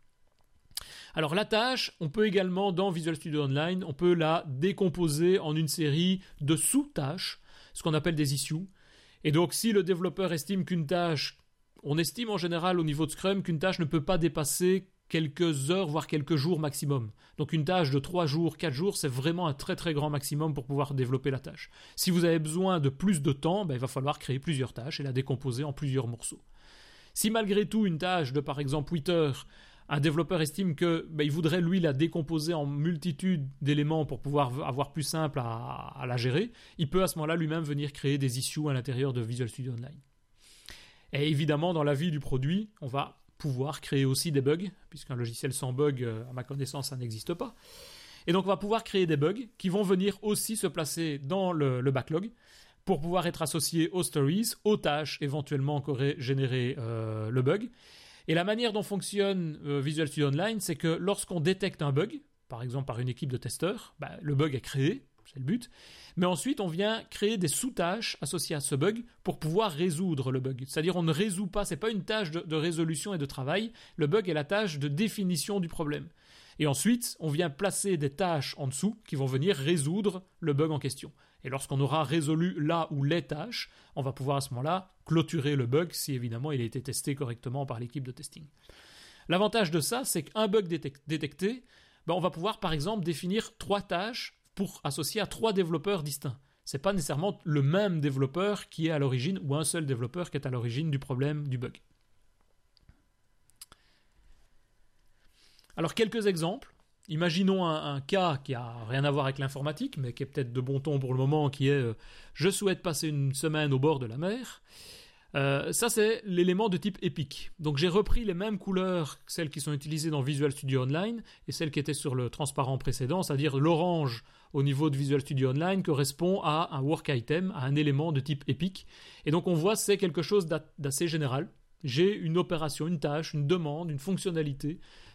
Alors la tâche, on peut également, dans Visual Studio Online, on peut la décomposer en une série de sous-tâches, ce qu'on appelle des issues. Et donc si le développeur estime qu'une tâche, on estime en général au niveau de Scrum qu'une tâche ne peut pas dépasser quelques heures, voire quelques jours maximum. Donc une tâche de trois jours, quatre jours, c'est vraiment un très très grand maximum pour pouvoir développer la tâche. Si vous avez besoin de plus de temps, ben, il va falloir créer plusieurs tâches et la décomposer en plusieurs morceaux. Si malgré tout une tâche de par exemple huit heures, un développeur estime que ben, il voudrait lui la décomposer en multitude d'éléments pour pouvoir avoir plus simple à, à la gérer, il peut à ce moment-là lui-même venir créer des issues à l'intérieur de Visual Studio Online. Et évidemment, dans la vie du produit, on va pouvoir créer aussi des bugs, puisqu'un logiciel sans bug, à ma connaissance, ça n'existe pas. Et donc, on va pouvoir créer des bugs qui vont venir aussi se placer dans le, le backlog pour pouvoir être associés aux stories, aux tâches éventuellement qu'aurait généré euh, le bug. Et la manière dont fonctionne euh, Visual Studio Online, c'est que lorsqu'on détecte un bug, par exemple par une équipe de testeurs, bah, le bug est créé, c'est le but, mais ensuite on vient créer des sous-tâches associées à ce bug pour pouvoir résoudre le bug. C'est-à-dire on ne résout pas, ce n'est pas une tâche de, de résolution et de travail, le bug est la tâche de définition du problème. Et ensuite, on vient placer des tâches en dessous qui vont venir résoudre le bug en question. Et lorsqu'on aura résolu là ou les tâches, on va pouvoir à ce moment-là clôturer le bug si évidemment il a été testé correctement par l'équipe de testing. L'avantage de ça, c'est qu'un bug détec- détecté, ben on va pouvoir par exemple définir trois tâches pour associer à trois développeurs distincts. Ce n'est pas nécessairement le même développeur qui est à l'origine ou un seul développeur qui est à l'origine du problème du bug. Alors quelques exemples. Imaginons un, un cas qui n'a rien à voir avec l'informatique, mais qui est peut-être de bon ton pour le moment, qui est euh, « je souhaite passer une semaine au bord de la mer ». Euh, ça, c'est l'élément de type Epic. Donc j'ai repris les mêmes couleurs que celles qui sont utilisées dans Visual Studio Online et celles qui étaient sur le transparent précédent, c'est-à-dire l'orange au niveau de Visual Studio Online correspond à un work item, à un élément de type Epic. Et donc on voit que c'est quelque chose d'assez général. J'ai une opération, une tâche, une demande, une fonctionnalité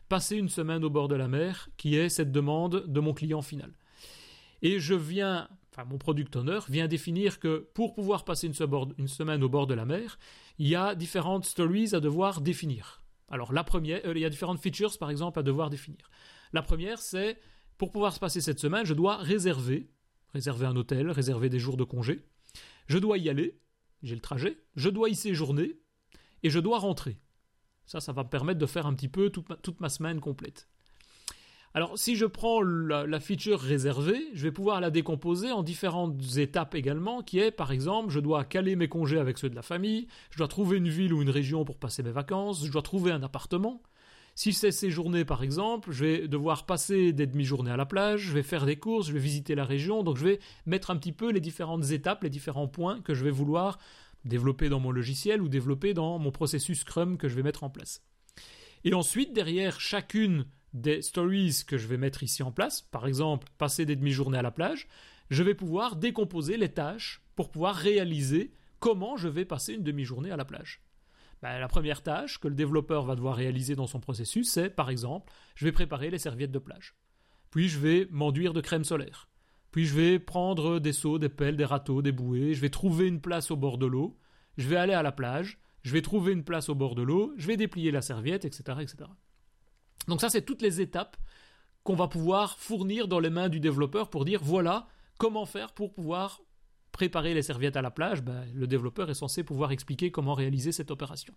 passer une semaine au bord de la mer, qui est cette demande de mon client final. Et je viens, enfin mon product owner vient définir que pour pouvoir passer une, une semaine au bord de la mer, il y a différentes stories à devoir définir. Alors la première, euh, il y a différentes features par exemple à devoir définir. La première, c'est pour pouvoir se passer cette semaine, je dois réserver, réserver un hôtel, réserver des jours de congé. Je dois y aller, j'ai le trajet, je dois y séjourner et je dois rentrer. Ça, ça va me permettre de faire un petit peu toute ma, toute ma semaine complète. Alors, si je prends la, la feature réservée, je vais pouvoir la décomposer en différentes étapes également, qui est, par exemple, je dois caler mes congés avec ceux de la famille, je dois trouver une ville ou une région pour passer mes vacances, je dois trouver un appartement. Si c'est séjourner, par exemple, je vais devoir passer des demi-journées à la plage, je vais faire des courses, je vais visiter la région, donc je vais mettre un petit peu les différentes étapes, les différents points que je vais vouloir développer dans mon logiciel ou développer dans mon processus Scrum que je vais mettre en place. Et ensuite, derrière chacune des stories que je vais mettre ici en place, par exemple, passer des demi-journées à la plage, je vais pouvoir décomposer les tâches pour pouvoir réaliser comment je vais passer une demi-journée à la plage. Ben, la première tâche que le développeur va devoir réaliser dans son processus, c'est, par exemple, je vais préparer les serviettes de plage. Puis je vais m'enduire de crème solaire. Puis je vais prendre des seaux, des pelles, des râteaux, des bouées. Je vais trouver une place au bord de l'eau. Je vais aller à la plage. Je vais trouver une place au bord de l'eau. Je vais déplier la serviette, et cetera, et cetera. Donc ça, c'est toutes les étapes qu'on va pouvoir fournir dans les mains du développeur pour dire, voilà, comment faire pour pouvoir préparer les serviettes à la plage. Ben, le développeur est censé pouvoir expliquer comment réaliser cette opération.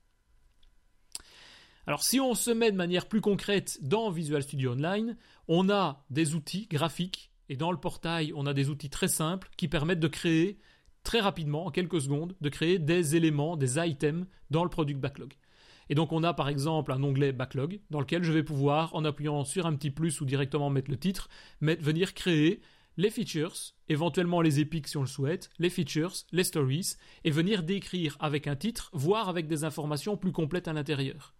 Alors, si on se met de manière plus concrète dans Visual Studio Online, on a des outils graphiques et dans le portail, on a des outils très simples qui permettent de créer très rapidement, en quelques secondes, de créer des éléments, des items dans le Product Backlog. Et donc, on a par exemple un onglet Backlog dans lequel je vais pouvoir, en appuyant sur un petit plus ou directement mettre le titre, mettre, venir créer les features, éventuellement les epics si on le souhaite, les features, les stories, et venir décrire avec un titre, voire avec des informations plus complètes à l'intérieur.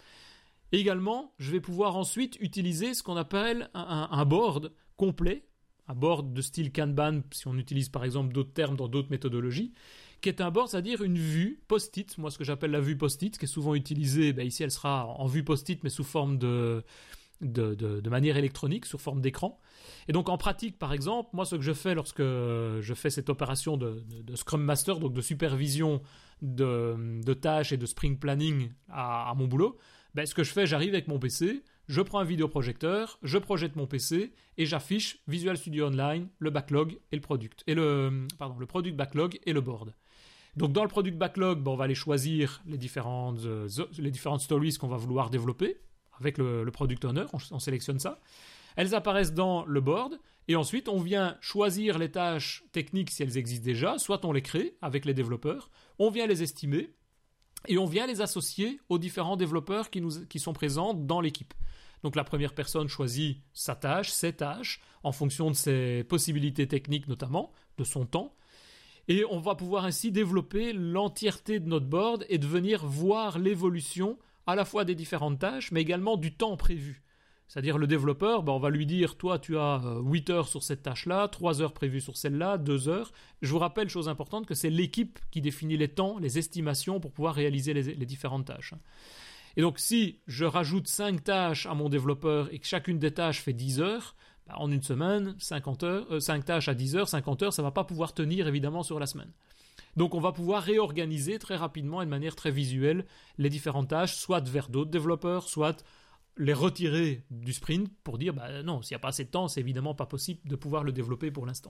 Et également, je vais pouvoir ensuite utiliser ce qu'on appelle un, un, un board complet, un board de style Kanban, si on utilise par exemple d'autres termes dans d'autres méthodologies, qui est un board, c'est-à-dire une vue post-it, moi ce que j'appelle la vue post-it, qui est souvent utilisée, ben ici elle sera en vue post-it, mais sous forme de, de, de, de manière électronique, sous forme d'écran. Et donc en pratique, par exemple, moi ce que je fais lorsque je fais cette opération de, de, de Scrum Master, donc de supervision de, de tâches et de sprint planning à, à mon boulot, ben, ce que je fais, j'arrive avec mon P C, je prends un vidéoprojecteur, je projette mon P C et j'affiche Visual Studio Online, le backlog et le product et le pardon, le product backlog et le board. Donc dans le product backlog, ben, on va aller choisir les différentes euh, les différentes stories qu'on va vouloir développer avec le, le product owner, on, on sélectionne ça. Elles apparaissent dans le board et ensuite on vient choisir les tâches techniques si elles existent déjà, soit on les crée avec les développeurs, on vient les estimer et on vient les associer aux différents développeurs qui, nous, qui sont présents dans l'équipe. Donc la première personne choisit sa tâche, ses tâches, en fonction de ses possibilités techniques notamment, de son temps. Et on va pouvoir ainsi développer l'entièreté de notre board et de venir voir l'évolution à la fois des différentes tâches, mais également du temps prévu. C'est-à-dire le développeur, ben on va lui dire, toi tu as huit heures sur cette tâche-là, trois heures prévues sur celle-là, deux heures. Je vous rappelle, chose importante, que c'est l'équipe qui définit les temps, les estimations pour pouvoir réaliser les, les différentes tâches. Et donc si je rajoute cinq tâches à mon développeur et que chacune des tâches fait dix heures, ben en une semaine, cinquante heures, euh, cinq tâches à dix heures, cinquante heures, ça ne va pas pouvoir tenir évidemment sur la semaine. Donc on va pouvoir réorganiser très rapidement et de manière très visuelle les différentes tâches, soit vers d'autres développeurs, soit les retirer du sprint pour dire bah non, s'il n'y a pas assez de temps, c'est évidemment pas possible de pouvoir le développer pour l'instant.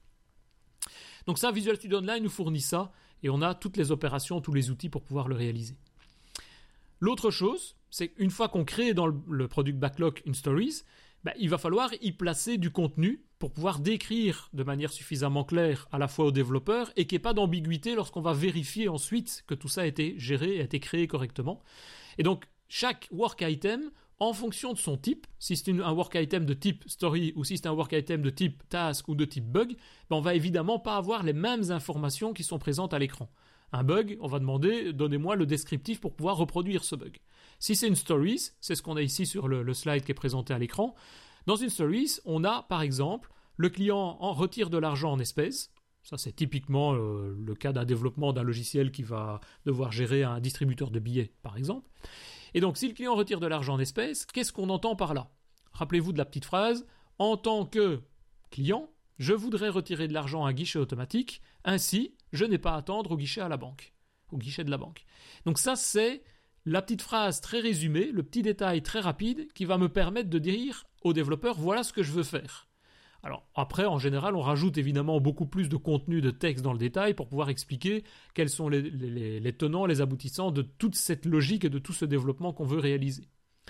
Donc ça, Visual Studio Online nous fournit ça et on a toutes les opérations, tous les outils pour pouvoir le réaliser. L'autre chose, c'est qu'une fois qu'on crée dans le, le Product Backlog une Stories, bah, il va falloir y placer du contenu pour pouvoir décrire de manière suffisamment claire à la fois aux développeurs et qu'il n'y ait pas d'ambiguïté lorsqu'on va vérifier ensuite que tout ça a été géré, a été créé correctement. Et donc, chaque work item, en fonction de son type, si c'est une, un work item de type story ou si c'est un work item de type task ou de type bug, ben on va évidemment pas avoir les mêmes informations qui sont présentes à l'écran. Un bug, on va demander, donnez-moi le descriptif pour pouvoir reproduire ce bug. Si c'est une stories, c'est ce qu'on a ici sur le, le slide qui est présenté à l'écran. Dans une stories, on a par exemple, le client en retire de l'argent en espèces. Ça, c'est typiquement euh, le cas d'un développement d'un logiciel qui va devoir gérer un distributeur de billets, par exemple. Et donc, si le client retire de l'argent en espèces, qu'est-ce qu'on entend par là? Rappelez-vous de la petite phrase « En tant que client, je voudrais retirer de l'argent à un guichet automatique, ainsi, je n'ai pas à attendre au guichet à la banque, au guichet de la banque. » Donc ça, c'est la petite phrase très résumée, le petit détail très rapide qui va me permettre de dire au développeur « Voilà ce que je veux faire ». Alors après, en général, on rajoute évidemment beaucoup plus de contenu de texte dans le détail pour pouvoir expliquer quels sont les, les, les tenants, les aboutissants de toute cette logique et de tout ce développement qu'on veut réaliser.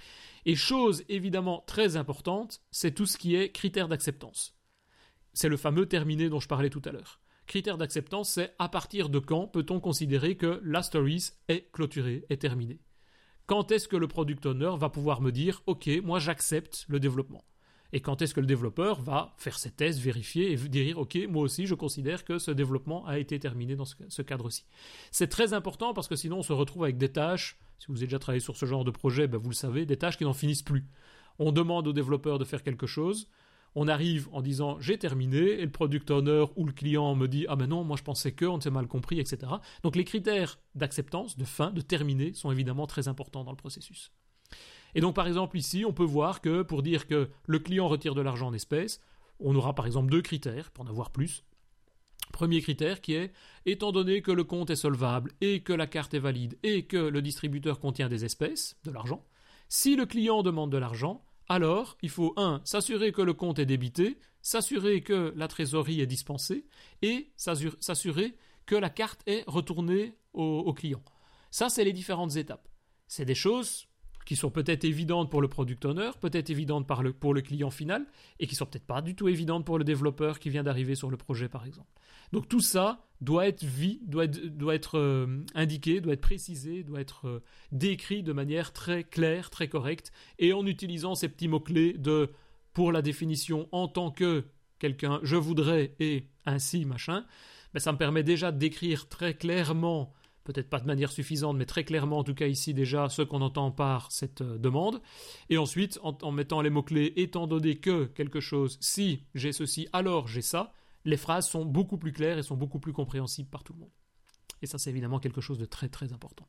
Et chose évidemment très importante, c'est tout ce qui est critères d'acceptance. C'est le fameux terminé dont je parlais tout à l'heure. Critères d'acceptance, c'est à partir de quand peut-on considérer que la stories est clôturée, est terminée. Quand est-ce que le product owner va pouvoir me dire « Ok, moi j'accepte le développement ». Et quand est-ce que le développeur va faire ses tests, vérifier et dire « Ok, moi aussi je considère que ce développement a été terminé dans ce, ce cadre-ci ». C'est très important parce que sinon on se retrouve avec des tâches, si vous avez déjà travaillé sur ce genre de projet, ben vous le savez, des tâches qui n'en finissent plus. On demande au développeur de faire quelque chose, on arrive en disant « J'ai terminé » et le product owner ou le client me dit « Ah ben non, moi je pensais que, on s'est mal compris, et cetera » Donc les critères d'acceptance, de fin, de terminer sont évidemment très importants dans le processus. Et donc, par exemple, ici, on peut voir que pour dire que le client retire de l'argent en espèces, on aura par exemple deux critères, pour en avoir plus. Premier critère qui est, étant donné que le compte est solvable et que la carte est valide et que le distributeur contient des espèces, de l'argent, si le client demande de l'argent, alors il faut, un, s'assurer que le compte est débité, s'assurer que la trésorerie est dispensée et s'assurer que la carte est retournée au, au client. Ça, c'est les différentes étapes. C'est des choses qui sont peut-être évidentes pour le product owner, peut-être évidentes par le, pour le client final, et qui sont peut-être pas du tout évidentes pour le développeur qui vient d'arriver sur le projet, par exemple. Donc tout ça doit être vu, doit être, doit être euh, indiqué, doit être précisé, doit être euh, décrit de manière très claire, très correcte, et en utilisant ces petits mots-clés de pour la définition en tant que quelqu'un, je voudrais et ainsi, machin, ben ça me permet déjà de décrire très clairement, peut-être pas de manière suffisante, mais très clairement, en tout cas ici déjà, ce qu'on entend par cette euh, demande. Et ensuite, en, en mettant les mots-clés, étant donné que quelque chose, si j'ai ceci, alors j'ai ça, les phrases sont beaucoup plus claires et sont beaucoup plus compréhensibles par tout le monde. Et ça, c'est évidemment quelque chose de très très important.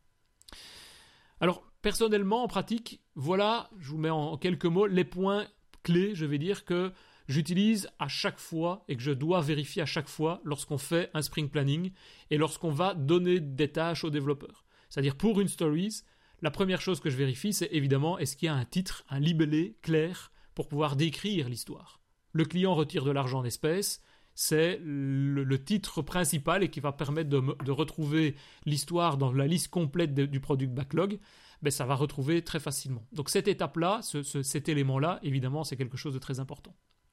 Alors, personnellement, en pratique, voilà, je vous mets en quelques mots, les points clés, je vais dire, que j'utilise à chaque fois et que je dois vérifier à chaque fois lorsqu'on fait un sprint planning et lorsqu'on va donner des tâches aux développeurs. C'est-à-dire pour une stories, la première chose que je vérifie, c'est évidemment est-ce qu'il y a un titre, un libellé clair pour pouvoir décrire l'histoire. Le client retire de l'argent en espèces, c'est le, le titre principal et qui va permettre de, de retrouver l'histoire dans la liste complète de, du product backlog. Ben, ça va retrouver très facilement. Donc cette étape-là, ce, ce, cet élément-là, évidemment, c'est quelque chose de très important.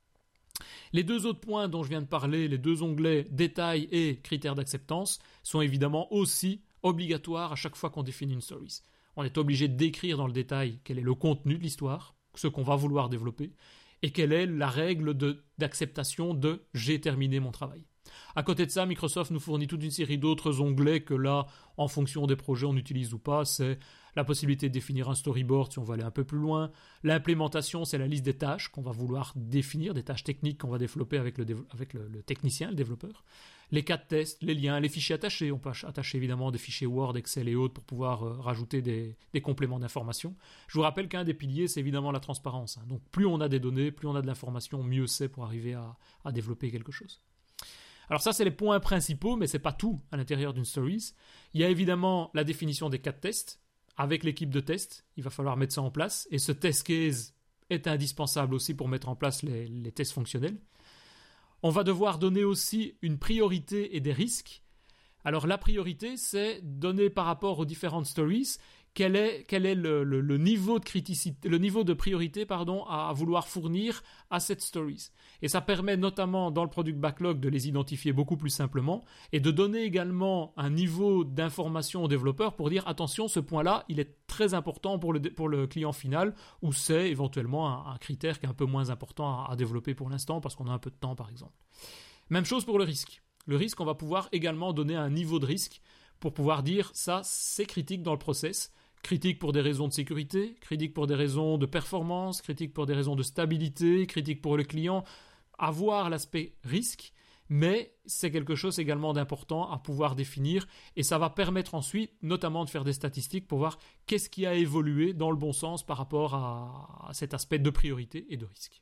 Les deux autres points dont je viens de parler, les deux onglets détails et critères d'acceptance, sont évidemment aussi obligatoires à chaque fois qu'on définit une stories. On est obligé de décrire dans le détail quel est le contenu de l'histoire, ce qu'on va vouloir développer, et quelle est la règle de, d'acceptation de « j'ai terminé mon travail ». À côté de ça, Microsoft nous fournit toute une série d'autres onglets que là, en fonction des projets, on utilise ou pas. C'est la possibilité de définir un storyboard si on va aller un peu plus loin. L'implémentation, c'est la liste des tâches qu'on va vouloir définir, des tâches techniques qu'on va développer avec le, avec le, le technicien, le développeur. Les cas de test, les liens, les fichiers attachés. On peut attacher évidemment des fichiers Word, Excel et autres pour pouvoir euh, rajouter des, des compléments d'information. Je vous rappelle qu'un des piliers, c'est évidemment la transparence. Hein. Donc plus on a des données, plus on a de l'information, mieux c'est pour arriver à, à développer quelque chose. Alors ça, c'est les points principaux, mais ce n'est pas tout à l'intérieur d'une stories. Il y a évidemment la définition des cas de test. Avec l'équipe de test, il va falloir mettre ça en place. Et ce test case est indispensable aussi pour mettre en place les, les tests fonctionnels. On va devoir donner aussi une priorité et des risques. Alors la priorité, c'est donner par rapport aux différentes stories quel est, quel est le, le, le niveau de criticité, le niveau de priorité pardon, à, à vouloir fournir à cette stories. Et ça permet notamment dans le product backlog de les identifier beaucoup plus simplement et de donner également un niveau d'information aux développeurs pour dire attention, ce point-là, il est très important pour le, pour le client final ou c'est éventuellement un, un critère qui est un peu moins important à, à développer pour l'instant parce qu'on a un peu de temps par exemple. Même chose pour le risque. Le risque, on va pouvoir également donner un niveau de risque pour pouvoir dire ça, c'est critique dans le process. Critique pour des raisons de sécurité, critique pour des raisons de performance, critique pour des raisons de stabilité, critique pour le client. Avoir l'aspect risque mais c'est quelque chose également d'important à pouvoir définir et ça va permettre ensuite notamment de faire des statistiques pour voir qu'est-ce qui a évolué dans le bon sens par rapport à, à cet aspect de priorité et de risque.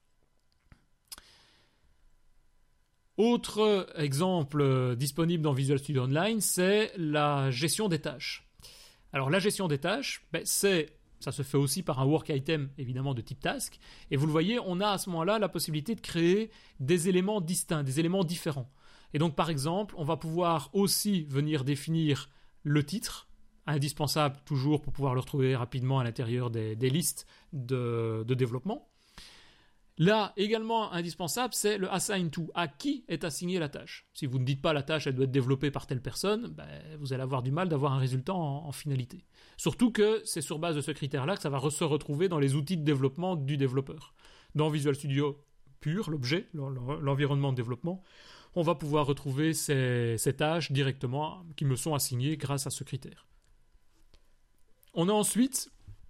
Autre exemple disponible dans Visual Studio Online, c'est la gestion des tâches. Alors la gestion des tâches, ben, c'est, ça se fait aussi par un work item évidemment de type task, et vous le voyez, on a à ce moment-là la possibilité de créer des éléments distincts, des éléments différents. Et donc par exemple, on va pouvoir aussi venir définir le titre, indispensable toujours pour pouvoir le retrouver rapidement à l'intérieur des, des listes de, de développement. Là, également indispensable, c'est le assign to. À qui est assignée la tâche? Si vous ne dites pas la tâche, elle doit être développée par telle personne, ben, vous allez avoir du mal d'avoir un résultat en, en finalité. Surtout que c'est sur base de ce critère-là que ça va re- se retrouver dans les outils de développement du développeur. Dans Visual Studio pur, l'objet, l'environnement de développement, on va pouvoir retrouver ces, ces tâches directement qui me sont assignées grâce à ce critère. On a ensuite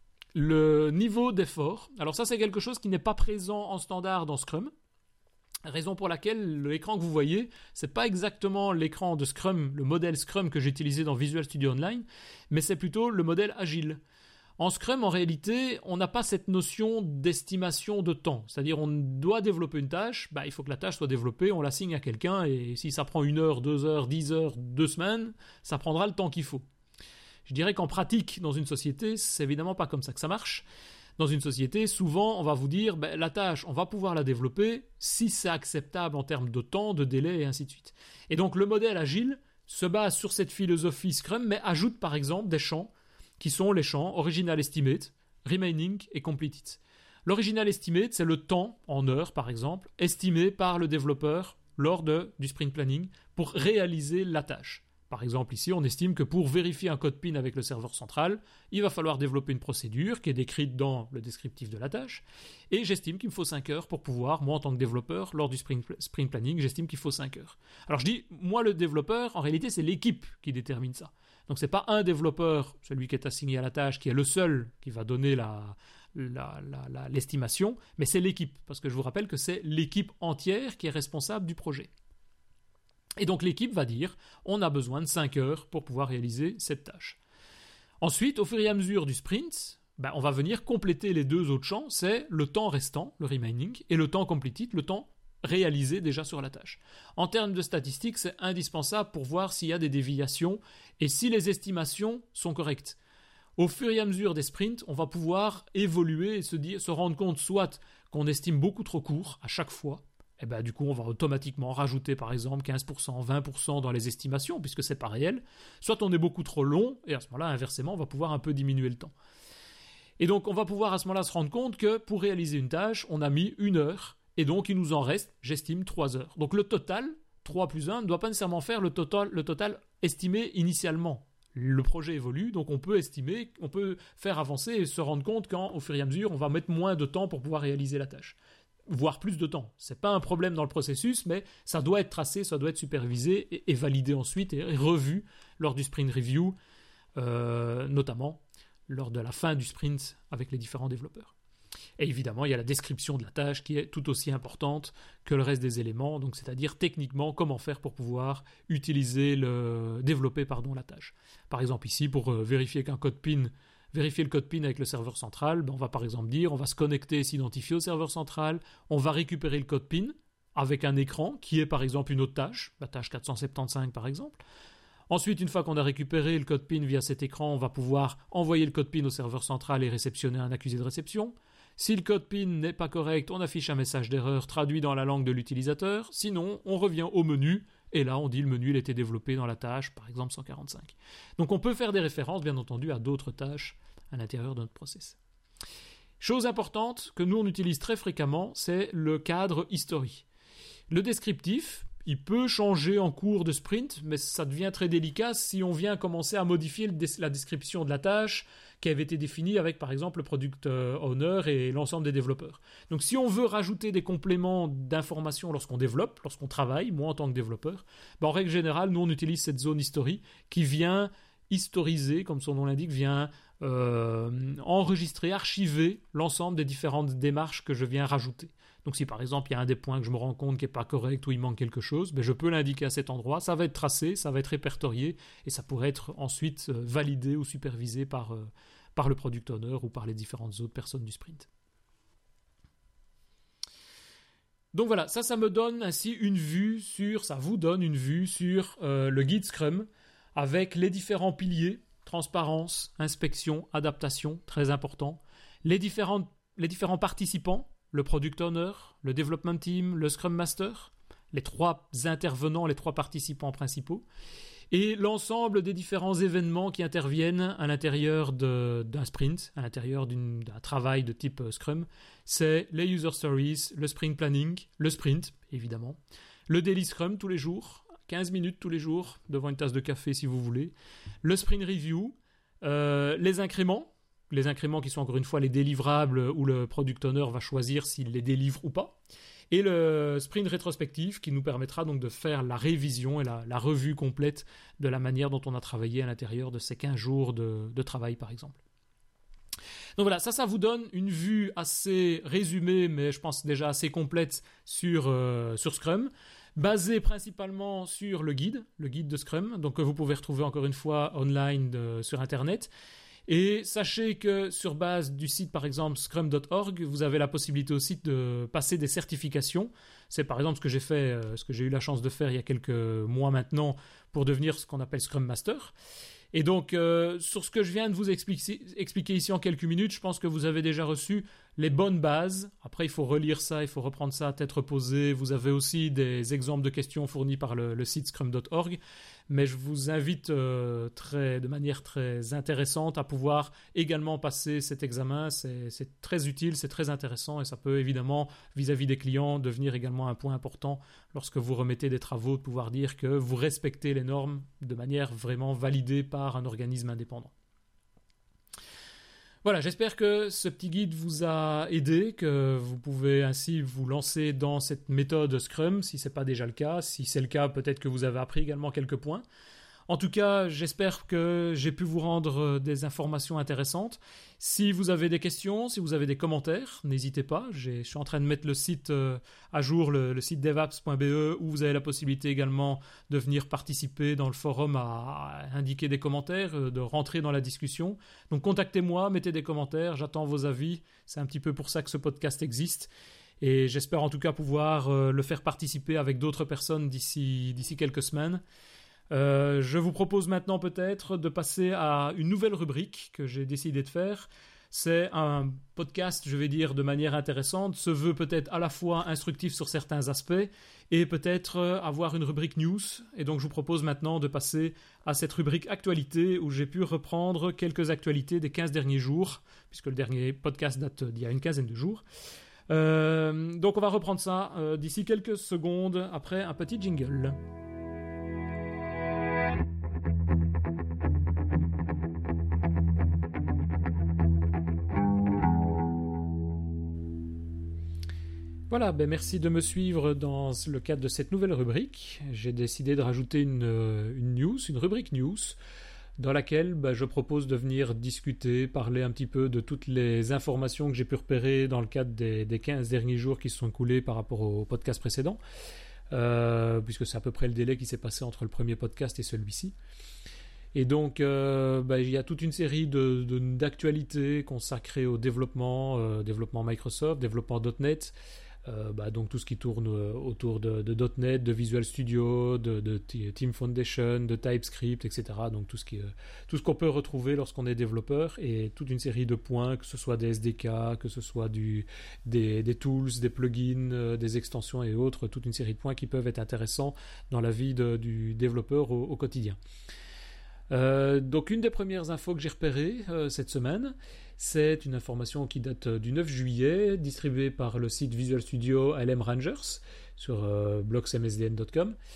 le niveau d'effort. Alors ça, c'est quelque chose qui n'est pas présent en standard dans Scrum. Raison pour laquelle l'écran que vous voyez, c'est pas exactement l'écran de Scrum, le modèle Scrum que j'ai utilisé dans Visual Studio Online, mais c'est plutôt le modèle agile. En Scrum, en réalité, on n'a pas cette notion d'estimation de temps. C'est-à-dire, on doit développer une tâche, bah, il faut que la tâche soit développée, on l'assigne à quelqu'un, et si ça prend une heure, deux heures, dix heures, deux semaines, ça prendra le temps qu'il faut. Je dirais qu'en pratique, dans une société, c'est évidemment pas comme ça que ça marche. Dans une société, souvent, on va vous dire, ben, la tâche, on va pouvoir la développer si c'est acceptable en termes de temps, de délai, et ainsi de suite. Et donc, le modèle agile se base sur cette philosophie Scrum, mais ajoute par exemple des champs qui sont les champs Original Estimate, Remaining et Completed. L'Original Estimate, c'est le temps, en heures par exemple, estimé par le développeur lors de, du sprint planning pour réaliser la tâche. Par exemple, ici, on estime que pour vérifier un code P I N avec le serveur central, il va falloir développer une procédure qui est décrite dans le descriptif de la tâche. Et j'estime qu'il me faut cinq heures pour pouvoir, moi en tant que développeur, lors du sprint, sprint planning, j'estime qu'il faut cinq heures. Alors je dis, moi le développeur, en réalité, c'est l'équipe qui détermine ça. Donc c'est pas un développeur, celui qui est assigné à la tâche, qui est le seul qui va donner la, la, la, la, l'estimation, mais c'est l'équipe. Parce que je vous rappelle que c'est l'équipe entière qui est responsable du projet. Et donc l'équipe va dire, on a besoin de cinq heures pour pouvoir réaliser cette tâche. Ensuite, au fur et à mesure du sprint, ben, on va venir compléter les deux autres champs, c'est le temps restant, le remaining, et le temps completed, le temps réalisé déjà sur la tâche. En termes de statistiques, c'est indispensable pour voir s'il y a des déviations et si les estimations sont correctes. Au fur et à mesure des sprints, on va pouvoir évoluer et se, dire, se rendre compte soit qu'on estime beaucoup trop court à chaque fois, et ben, du coup, on va automatiquement rajouter, par exemple, quinze pour cent, vingt pour cent dans les estimations, puisque c'est pas réel. Soit on est beaucoup trop long, et à ce moment-là, inversement, on va pouvoir un peu diminuer le temps. Et donc, on va pouvoir à ce moment-là se rendre compte que pour réaliser une tâche, on a mis une heure, et donc il nous en reste, j'estime, trois heures. Donc le total, trois plus un, ne doit pas nécessairement faire le total, le total estimé initialement. Le projet évolue, donc on peut estimer, on peut faire avancer et se rendre compte qu'au fur et à mesure, on va mettre moins de temps pour pouvoir réaliser la tâche. Voire plus de temps. C'est pas un problème dans le processus, mais ça doit être tracé, ça doit être supervisé et, et validé ensuite et revu lors du sprint review, euh, notamment lors de la fin du sprint avec les différents développeurs. Et évidemment, il y a la description de la tâche qui est tout aussi importante que le reste des éléments, donc c'est-à-dire techniquement comment faire pour pouvoir utiliser le développer pardon la tâche. Par exemple ici pour euh, vérifier qu'un code P I N Vérifier le code P I N avec le serveur central, ben on va par exemple dire, on va se connecter et s'identifier au serveur central, on va récupérer le code P I N avec un écran qui est par exemple une autre tâche, la tâche quatre cent soixante-quinze par exemple. Ensuite, une fois qu'on a récupéré le code P I N via cet écran, on va pouvoir envoyer le code P I N au serveur central et réceptionner un accusé de réception. Si le code P I N n'est pas correct, on affiche un message d'erreur traduit dans la langue de l'utilisateur. Sinon, on revient au menu et là, on dit le menu il a été développé dans la tâche, par exemple cent quarante-cinq. Donc on peut faire des références, bien entendu, à d'autres tâches à l'intérieur de notre process. Chose importante que nous on utilise très fréquemment, c'est le cadre history. Le descriptif, il peut changer en cours de sprint, mais ça devient très délicat si on vient commencer à modifier la description de la tâche qui avait été définie avec par exemple le product owner et l'ensemble des développeurs. Donc si on veut rajouter des compléments d'informations lorsqu'on développe, lorsqu'on travaille, moi en tant que développeur, ben, en règle générale, nous on utilise cette zone history qui vient historiser, comme son nom l'indique, vient euh, enregistrer, archiver l'ensemble des différentes démarches que je viens rajouter. Donc si par exemple il y a un des points que je me rends compte qui n'est pas correct ou il manque quelque chose, ben, je peux l'indiquer à cet endroit, ça va être tracé, ça va être répertorié et ça pourrait être ensuite euh, validé ou supervisé par, euh, par le product owner ou par les différentes autres personnes du sprint. Donc voilà, ça, ça me donne ainsi une vue sur, ça vous donne une vue sur euh, le guide Scrum avec les différents piliers, transparence, inspection, adaptation, très important, les, différentes, les différents participants, le product owner, le development team, le Scrum Master, les trois intervenants, les trois participants principaux, et l'ensemble des différents événements qui interviennent à l'intérieur de, d'un sprint, à l'intérieur d'une, d'un travail de type Scrum. C'est les user stories, le sprint planning, le sprint, évidemment, le daily Scrum tous les jours, quinze minutes tous les jours, devant une tasse de café si vous voulez, le sprint review, euh, les incréments, les incréments qui sont encore une fois les délivrables où le product owner va choisir s'il les délivre ou pas, et le sprint rétrospectif qui nous permettra donc de faire la révision et la, la revue complète de la manière dont on a travaillé à l'intérieur de ces quinze jours de, de travail par exemple. Donc voilà, ça, ça vous donne une vue assez résumée, mais je pense déjà assez complète sur, euh, sur Scrum, basée principalement sur le guide, le guide de Scrum, donc que vous pouvez retrouver encore une fois online de, sur Internet. Et sachez que sur base du site par exemple scrum point org, vous avez la possibilité aussi de passer des certifications. C'est par exemple ce que j'ai fait, ce que j'ai eu la chance de faire il y a quelques mois maintenant pour devenir ce qu'on appelle Scrum Master. Et donc, euh, sur ce que je viens de vous expliquer, expliquer ici en quelques minutes, je pense que vous avez déjà reçu les bonnes bases. Après, il faut relire ça, il faut reprendre ça à tête reposée. Vous avez aussi des exemples de questions fournis par le, le site scrum point org. Mais je vous invite euh, très, de manière très intéressante à pouvoir également passer cet examen. C'est, c'est très utile, c'est très intéressant et ça peut évidemment, vis-à-vis des clients, devenir également un point important lorsque vous remettez des travaux, de pouvoir dire que vous respectez les normes de manière vraiment validée par un organisme indépendant. Voilà, j'espère que ce petit guide vous a aidé, que vous pouvez ainsi vous lancer dans cette méthode Scrum, si ce n'est pas déjà le cas. Si c'est le cas, peut-être que vous avez appris également quelques points. En tout cas, j'espère que j'ai pu vous rendre des informations intéressantes. Si vous avez des questions, si vous avez des commentaires, n'hésitez pas. J'ai, je suis en train de mettre le site euh, à jour, le, le site devaps point b e, où vous avez la possibilité également de venir participer dans le forum à, à indiquer des commentaires, euh, de rentrer dans la discussion. Donc contactez-moi, mettez des commentaires, j'attends vos avis. C'est un petit peu pour ça que ce podcast existe. Et j'espère en tout cas pouvoir euh, le faire participer avec d'autres personnes d'ici, d'ici quelques semaines. Euh, je vous propose maintenant peut-être de passer à une nouvelle rubrique que j'ai décidé de faire. C'est un podcast, je vais dire, de manière intéressante, se veut peut-être à la fois instructif sur certains aspects et peut-être avoir une rubrique news. Et donc je vous propose maintenant de passer à cette rubrique actualité où j'ai pu reprendre quelques actualités des quinze derniers jours, puisque le dernier podcast date d'il y a une quinzaine de jours. Euh, donc on va reprendre ça euh, d'ici quelques secondes après un petit jingle. Voilà, ben merci de me suivre dans le cadre de cette nouvelle rubrique. J'ai décidé de rajouter une, une news, une rubrique news, dans laquelle ben, je propose de venir discuter, parler un petit peu de toutes les informations que j'ai pu repérer dans le cadre des, des quinze derniers jours qui se sont écoulés par rapport au podcast précédent, euh, puisque c'est à peu près le délai qui s'est passé entre le premier podcast et celui-ci. Et donc, euh, bah, il y a toute une série de, de, d'actualités consacrées au développement, euh, développement Microsoft, développement .NET, euh, bah, donc tout ce qui tourne autour de, de .NET, de Visual Studio, de, de Team Foundation, de TypeScript, et cetera. Donc tout ce, qui, tout ce qu'on peut retrouver lorsqu'on est développeur et toute une série de points, que ce soit des S D K, que ce soit du, des, des tools, des plugins, euh, des extensions et autres, toute une série de points qui peuvent être intéressants dans la vie de, du développeur au, au quotidien. Euh, donc une des premières infos que j'ai repérées euh, cette semaine, c'est une information qui date du neuf juillet, distribuée par le site Visual Studio L M Rangers sur euh, blogs m s d n point com.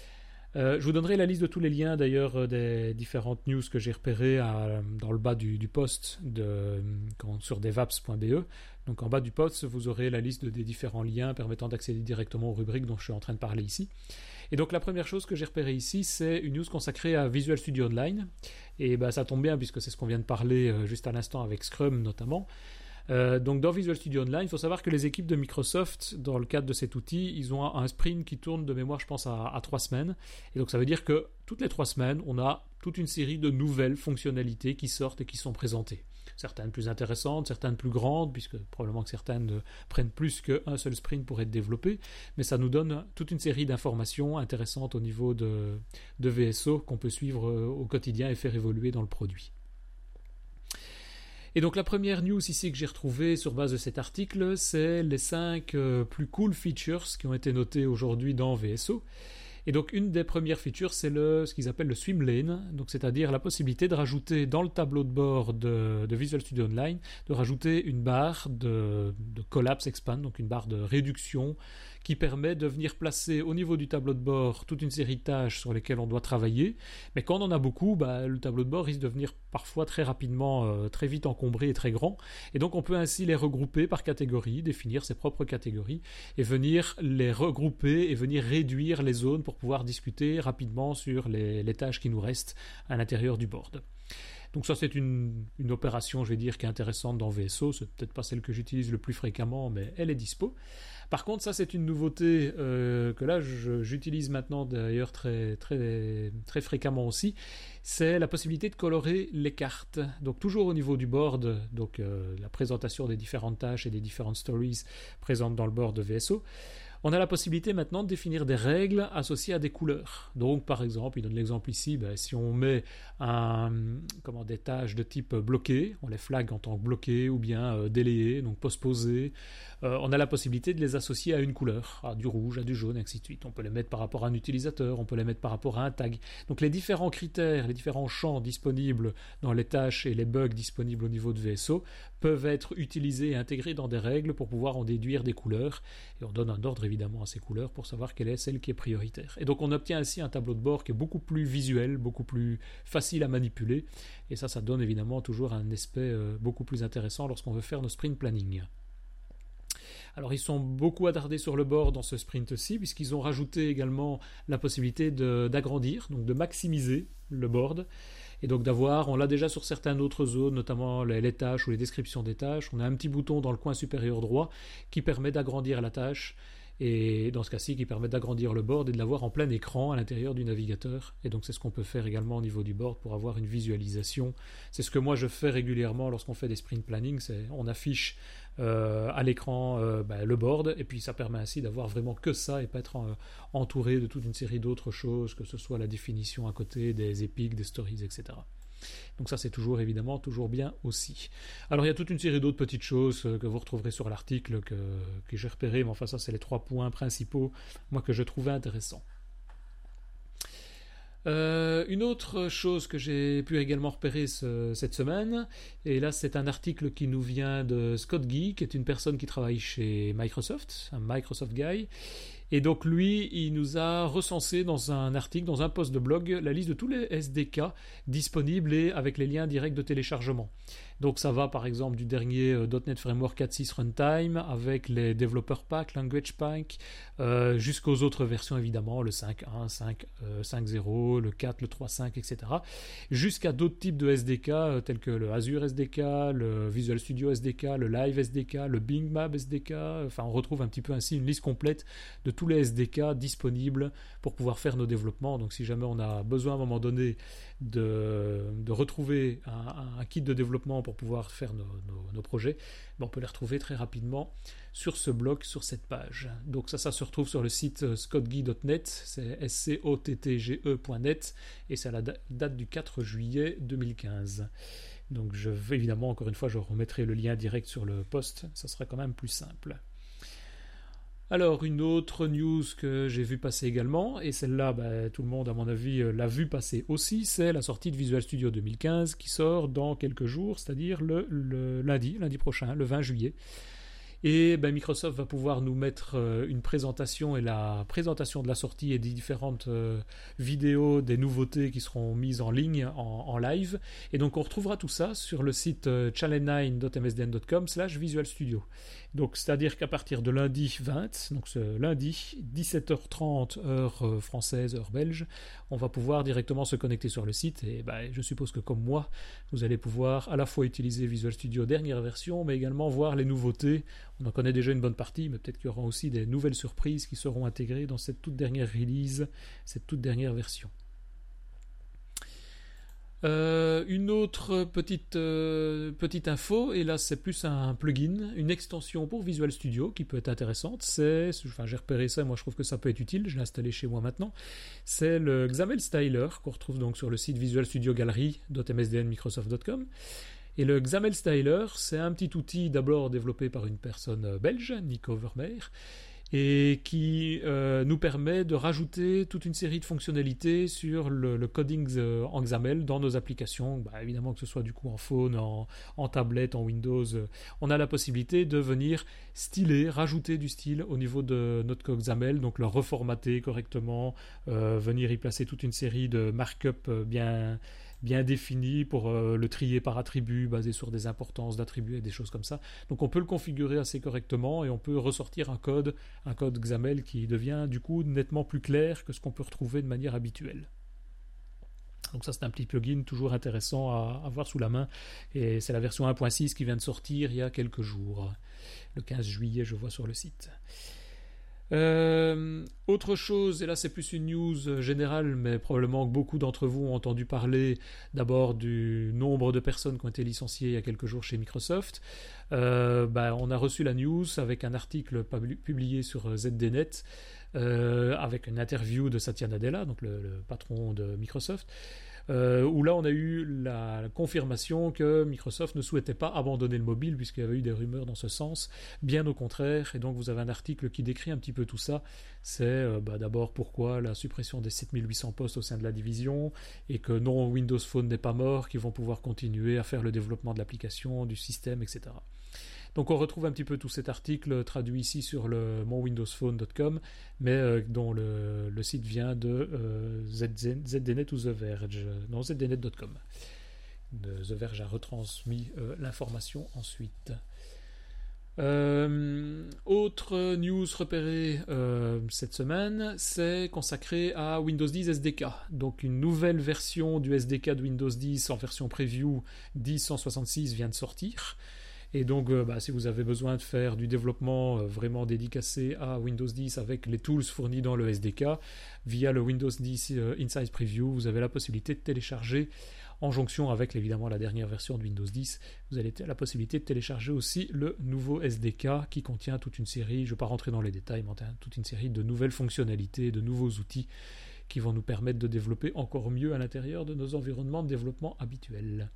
Euh, je vous donnerai la liste de tous les liens d'ailleurs des différentes news que j'ai repérées à, dans le bas du, du post de, quand, sur devaps point b e. Donc en bas du post, vous aurez la liste de, des différents liens permettant d'accéder directement aux rubriques dont je suis en train de parler ici. Et donc la première chose que j'ai repérée ici, c'est une news consacrée à Visual Studio Online. Et ben, ça tombe bien puisque c'est ce qu'on vient de parler euh, juste à l'instant avec Scrum notamment. Euh, donc dans Visual Studio Online, il faut savoir que les équipes de Microsoft, dans le cadre de cet outil, ils ont un, un sprint qui tourne de mémoire, je pense, à, à trois semaines. Et donc ça veut dire que toutes les trois semaines, on a toute une série de nouvelles fonctionnalités qui sortent et qui sont présentées. Certaines plus intéressantes, certaines plus grandes, puisque probablement que certaines prennent plus qu'un seul sprint pour être développées, mais ça nous donne toute une série d'informations intéressantes au niveau de, de V S O qu'on peut suivre au quotidien et faire évoluer dans le produit. Et donc la première news ici que j'ai retrouvée sur base de cet article, c'est les cinq euh, plus cool features qui ont été notées aujourd'hui dans V S O. Et donc une des premières features, c'est le, ce qu'ils appellent le swim lane, donc c'est-à-dire la possibilité de rajouter dans le tableau de bord de, de Visual Studio Online, de rajouter une barre de, de collapse expand, donc une barre de réduction, qui permet de venir placer au niveau du tableau de bord toute une série de tâches sur lesquelles on doit travailler. Mais quand on en a beaucoup, bah, le tableau de bord risque de devenir parfois très rapidement, euh, très vite encombré et très grand. Et donc on peut ainsi les regrouper par catégorie, définir ses propres catégories et venir les regrouper et venir réduire les zones pour pouvoir discuter rapidement sur les, les tâches qui nous restent à l'intérieur du board. Donc ça c'est une, une opération, je vais dire, qui est intéressante dans V S O. C'est peut-être pas celle que j'utilise le plus fréquemment, mais elle est dispo. Par contre, ça c'est une nouveauté euh, que là je, j'utilise maintenant d'ailleurs très, très, très fréquemment aussi. C'est la possibilité de colorer les cartes. Donc toujours au niveau du board, donc euh, la présentation des différentes tâches et des différentes stories présentes dans le board de V S O. On a la possibilité maintenant de définir des règles associées à des couleurs. Donc par exemple, il donne l'exemple ici, ben, si on met un, comment, des tâches de type bloqué, on les flag en tant que bloqué ou bien euh, délayé, donc postposé, euh, on a la possibilité de les associer à une couleur, à du rouge, à du jaune, et ainsi de suite. On peut les mettre par rapport à un utilisateur, on peut les mettre par rapport à un tag. Donc les différents critères, les différents champs disponibles dans les tâches et les bugs disponibles au niveau de V S O peuvent être utilisés et intégrés dans des règles pour pouvoir en déduire des couleurs. Et on donne un ordre évidemment à ces couleurs pour savoir quelle est celle qui est prioritaire. Et donc on obtient ainsi un tableau de bord qui est beaucoup plus visuel, beaucoup plus facile à manipuler. Et ça, ça donne évidemment toujours un aspect euh, beaucoup plus intéressant lorsqu'on veut faire nos sprint planning. Alors ils sont beaucoup attardés sur le board dans ce sprint-ci, puisqu'ils ont rajouté également la possibilité de, d'agrandir, donc de maximiser le board. Et donc d'avoir, on l'a déjà sur certaines autres zones, notamment les, les tâches ou les descriptions des tâches, on a un petit bouton dans le coin supérieur droit qui permet d'agrandir la tâche, et dans ce cas-ci qui permet d'agrandir le board et de l'avoir en plein écran à l'intérieur du navigateur. Et donc c'est ce qu'on peut faire également au niveau du board pour avoir une visualisation. C'est ce que moi je fais régulièrement lorsqu'on fait des sprint planning, c'est on affiche euh, à l'écran euh, bah, le board, et puis ça permet ainsi d'avoir vraiment que ça et pas être en, entouré de toute une série d'autres choses, que ce soit la définition à côté, des épiques, des stories, et cetera. Donc ça c'est toujours évidemment toujours bien aussi. Alors il y a toute une série d'autres petites choses que vous retrouverez sur l'article que, que j'ai repéré, mais enfin ça c'est les trois points principaux moi que je trouvais intéressants. Euh, une autre chose que j'ai pu également repérer ce, cette semaine, et là c'est un article qui nous vient de Scott Gee, qui est une personne qui travaille chez Microsoft, un Microsoft guy. Et donc lui, il nous a recensé dans un article, dans un post de blog, la liste de tous les S D K disponibles et avec les liens directs de téléchargement. Donc ça va par exemple du dernier euh, .NET Framework quatre point six Runtime avec les Developer Pack, Language Pack, euh, jusqu'aux autres versions évidemment, le cinq point un, cinq point zéro, le quatre, le trois point cinq, et cetera. Jusqu'à d'autres types de S D K euh, tels que le Azure S D K, le Visual Studio S D K, le Live S D K, le Bing Map S D K. Enfin on retrouve un petit peu ainsi une liste complète de tous les S D K disponibles pour pouvoir faire nos développements. Donc si jamais on a besoin à un moment donné de, de retrouver un, un kit de développement pour pouvoir faire nos, nos, nos projets, ben on peut les retrouver très rapidement sur ce blog, sur cette page. Donc ça, ça se retrouve sur le site scottgee point net, c'est s c o t t g e point net, et c'est à la date du quatre juillet deux mille quinze. Donc je vais évidemment, encore une fois, je remettrai le lien direct sur le post, ça sera quand même plus simple. Alors, une autre news que j'ai vu passer également, et celle-là, bah, tout le monde, à mon avis, l'a vu passer aussi, c'est la sortie de Visual Studio deux mille quinze qui sort dans quelques jours, c'est-à-dire le, le lundi, lundi prochain, le vingt juillet. Et ben, Microsoft va pouvoir nous mettre euh, une présentation et la présentation de la sortie et des différentes euh, vidéos, des nouveautés qui seront mises en ligne, en, en live. Et donc on retrouvera tout ça sur le site euh, channel nine dot m s d n dot com slash Visual Studio. Donc c'est-à-dire qu'à partir de lundi vingt, donc ce lundi, dix-sept heures trente, heure euh, française, heure belge, on va pouvoir directement se connecter sur le site. Et ben, je suppose que comme moi, vous allez pouvoir à la fois utiliser Visual Studio dernière version, mais également voir les nouveautés. On en connaît déjà une bonne partie, mais peut-être qu'il y aura aussi des nouvelles surprises qui seront intégrées dans cette toute dernière release, cette toute dernière version. Euh, une autre petite, euh, petite info, et là c'est plus un plugin, une extension pour Visual Studio qui peut être intéressante. C'est, enfin j'ai repéré ça, moi je trouve que ça peut être utile, je l'ai installé chez moi maintenant. C'est le Xamel Styler qu'on retrouve donc sur le site Visual Studio Gallery dot m s d n microsoft dot com. Et le Xamel Styler, c'est un petit outil d'abord développé par une personne belge, Nico Vermeer, et qui euh, nous permet de rajouter toute une série de fonctionnalités sur le, le coding euh, en Xamel dans nos applications. Bah, évidemment que ce soit du coup en phone, en, en tablette, en Windows, euh, on a la possibilité de venir styler, rajouter du style au niveau de notre code Xamel, donc le reformater correctement, euh, venir y placer toute une série de markup bien... bien défini pour euh, le trier par attribut basé sur des importances d'attributs et des choses comme ça. Donc on peut le configurer assez correctement et on peut ressortir un code, un code Xamel qui devient du coup nettement plus clair que ce qu'on peut retrouver de manière habituelle. Donc ça c'est un petit plugin toujours intéressant à avoir sous la main et c'est la version un point six qui vient de sortir il y a quelques jours. Le quinze juillet je vois sur le site. Euh, autre chose, et là c'est plus une news générale, mais probablement que beaucoup d'entre vous ont entendu parler d'abord du nombre de personnes qui ont été licenciées il y a quelques jours chez Microsoft. Euh, bah, on a reçu la news avec un article publié sur Z D Net euh, avec une interview de Satya Nadella, donc le, le patron de Microsoft. Euh, où là on a eu la, la confirmation que Microsoft ne souhaitait pas abandonner le mobile puisqu'il y avait eu des rumeurs dans ce sens, bien au contraire, et donc vous avez un article qui décrit un petit peu tout ça. C'est euh, bah, d'abord pourquoi la suppression des sept mille huit cents postes au sein de la division et que non, Windows Phone n'est pas mort, qu'ils vont pouvoir continuer à faire le développement de l'application, du système, et cetera. Donc on retrouve un petit peu tout cet article traduit ici sur le mon windows phone dot com, mais euh, dont le, le site vient de euh, Z D Net ou The Verge, non Z D Net dot com. De The Verge a retransmis euh, l'information ensuite. Euh, autre news repérée euh, cette semaine, c'est consacré à Windows dix S D K. Donc une nouvelle version du S D K de Windows dix en version preview dix cent soixante-six vient de sortir. Et donc, euh, bah, si vous avez besoin de faire du développement euh, vraiment dédicacé à Windows dix avec les tools fournis dans le S D K, via le Windows dix euh, Inside Preview, vous avez la possibilité de télécharger, en jonction avec évidemment la dernière version de Windows dix, vous avez la possibilité de télécharger aussi le nouveau S D K qui contient toute une série, je ne vais pas rentrer dans les détails, mais toute une série de nouvelles fonctionnalités, de nouveaux outils qui vont nous permettre de développer encore mieux à l'intérieur de nos environnements de développement habituels.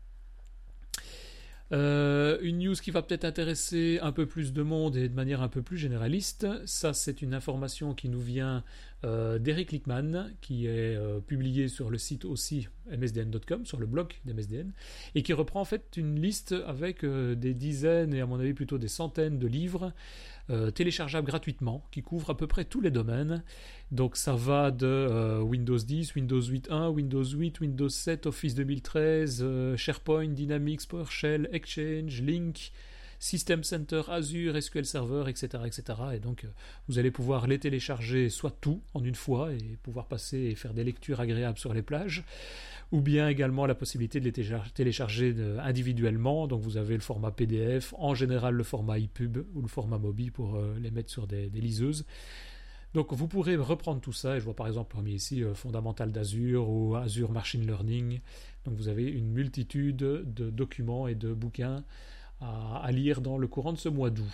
Euh, une news qui va peut-être intéresser un peu plus de monde et de manière un peu plus généraliste, ça c'est une information qui nous vient euh, d'Eric Lickman, qui est euh, publié sur le site aussi m s d n dot com, sur le blog d'M S D N, et qui reprend en fait une liste avec euh, des dizaines et à mon avis plutôt des centaines de livres euh, téléchargeables gratuitement, qui couvrent à peu près tous les domaines. Donc ça va de euh, Windows dix, Windows huit point un, Windows huit, Windows sept, Office deux mille treize, euh, SharePoint, Dynamics, PowerShell, Exchange, Lync, System Center, Azure, S Q L Server, et cetera, et cetera. Et donc, euh, vous allez pouvoir les télécharger soit tout en une fois et pouvoir passer et faire des lectures agréables sur les plages, ou bien également la possibilité de les télécharger, télécharger de, individuellement. Donc, vous avez le format P D F, en général le format E P U B ou le format Mobi pour euh, les mettre sur des, des liseuses. Donc, vous pourrez reprendre tout ça. Et je vois par exemple parmi ici euh, Fondamental d'Azure ou Azure Machine Learning. Donc, vous avez une multitude de documents et de bouquins à, à lire dans le courant de ce mois d'août.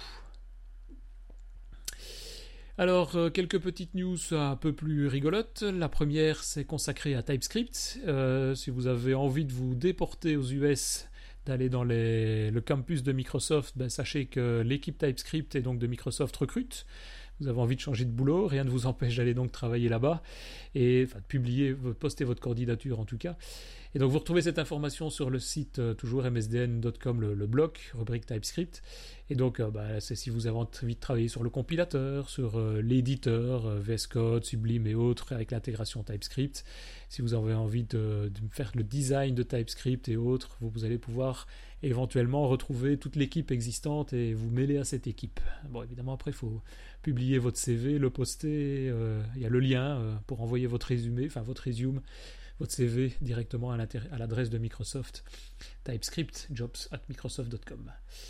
Alors, euh, quelques petites news un peu plus rigolotes. La première, c'est consacré à TypeScript. Euh, si vous avez envie de vous déporter aux U S, d'aller dans les, le campus de Microsoft, ben, sachez que l'équipe TypeScript et donc de Microsoft recrute. vous avez envie de changer de boulot, rien ne vous empêche d'aller donc travailler là-bas et enfin de publier, poster votre candidature en tout cas. Et donc vous retrouvez cette information sur le site euh, toujours m s d n point com, le, le blog, rubrique TypeScript. Et donc euh, bah, c'est si vous avez envie de travailler sur le compilateur, sur euh, l'éditeur, euh, V S Code, Sublime et autres avec l'intégration TypeScript. Si vous avez envie de, de faire le design de TypeScript et autres, vous, vous allez pouvoir éventuellement retrouver toute l'équipe existante et vous mêler à cette équipe. Bon, évidemment après il faut publier votre C V, le poster, euh, il y a le lien euh, pour envoyer votre résumé, enfin votre resume, votre C V directement à, à l'adresse de Microsoft, TypeScript, jobs at microsoft point com.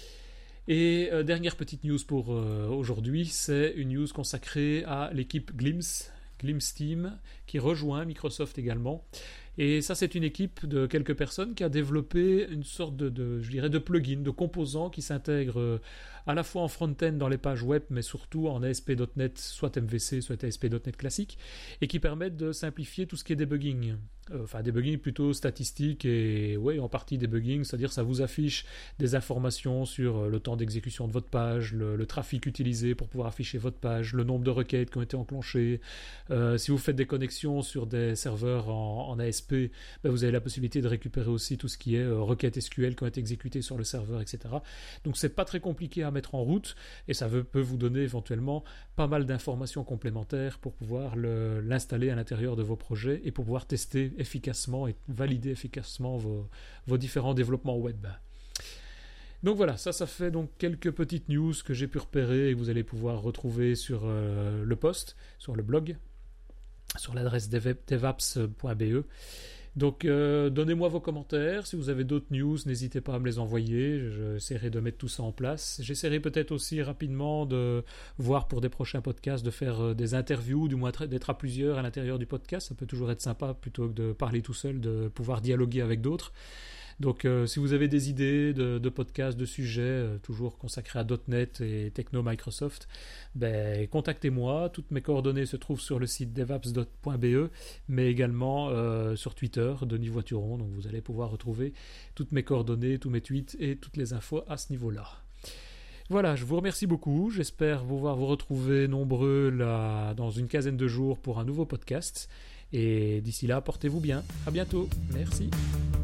Et euh, dernière petite news pour euh, aujourd'hui, c'est une news consacrée à l'équipe Glimpse, Glimpse Team, qui rejoint Microsoft également. Et ça, c'est une équipe de quelques personnes qui a développé une sorte de, de je dirais, de plugin, de composants qui s'intègrent euh, à la fois en front-end dans les pages web, mais surtout en A S P point net, soit M V C, soit A S P point net classique, et qui permettent de simplifier tout ce qui est debugging. Euh, enfin, debugging plutôt statistique et ouais, en partie debugging, c'est-à-dire ça vous affiche des informations sur euh, le temps d'exécution de votre page, le, le trafic utilisé pour pouvoir afficher votre page, le nombre de requêtes qui ont été enclenchées. Euh, si vous faites des connexions sur des serveurs en, en A S P, ben vous avez la possibilité de récupérer aussi tout ce qui est euh, requêtes S Q L qui ont été exécutées sur le serveur, et cetera. Donc c'est pas très compliqué à mettre en route et ça veut, peut vous donner éventuellement pas mal d'informations complémentaires pour pouvoir le, l'installer à l'intérieur de vos projets et pour pouvoir tester efficacement et valider efficacement vos, vos différents développements web. Donc voilà, ça, ça fait donc quelques petites news que j'ai pu repérer et que vous allez pouvoir retrouver sur euh, le post, sur le blog, sur l'adresse devaps point b e. Donc euh, donnez-moi vos commentaires, si vous avez d'autres news, n'hésitez pas à me les envoyer, j'essaierai de mettre tout ça en place. J'essaierai peut-être aussi rapidement de voir pour des prochains podcasts, de faire euh, des interviews, du moins d'être à plusieurs à l'intérieur du podcast, ça peut toujours être sympa plutôt que de parler tout seul, de pouvoir dialoguer avec d'autres. Donc euh, si vous avez des idées de, de podcasts, de sujets, euh, toujours consacrés à .NET et Techno Microsoft, ben, contactez-moi. Toutes mes coordonnées se trouvent sur le site devaps point b e, mais également euh, sur Twitter, Denis Voituron. Donc vous allez pouvoir retrouver toutes mes coordonnées, tous mes tweets et toutes les infos à ce niveau-là. Voilà, je vous remercie beaucoup. J'espère pouvoir vous retrouver nombreux là, dans une quinzaine de jours pour un nouveau podcast. Et d'ici là, portez-vous bien. À bientôt. Merci.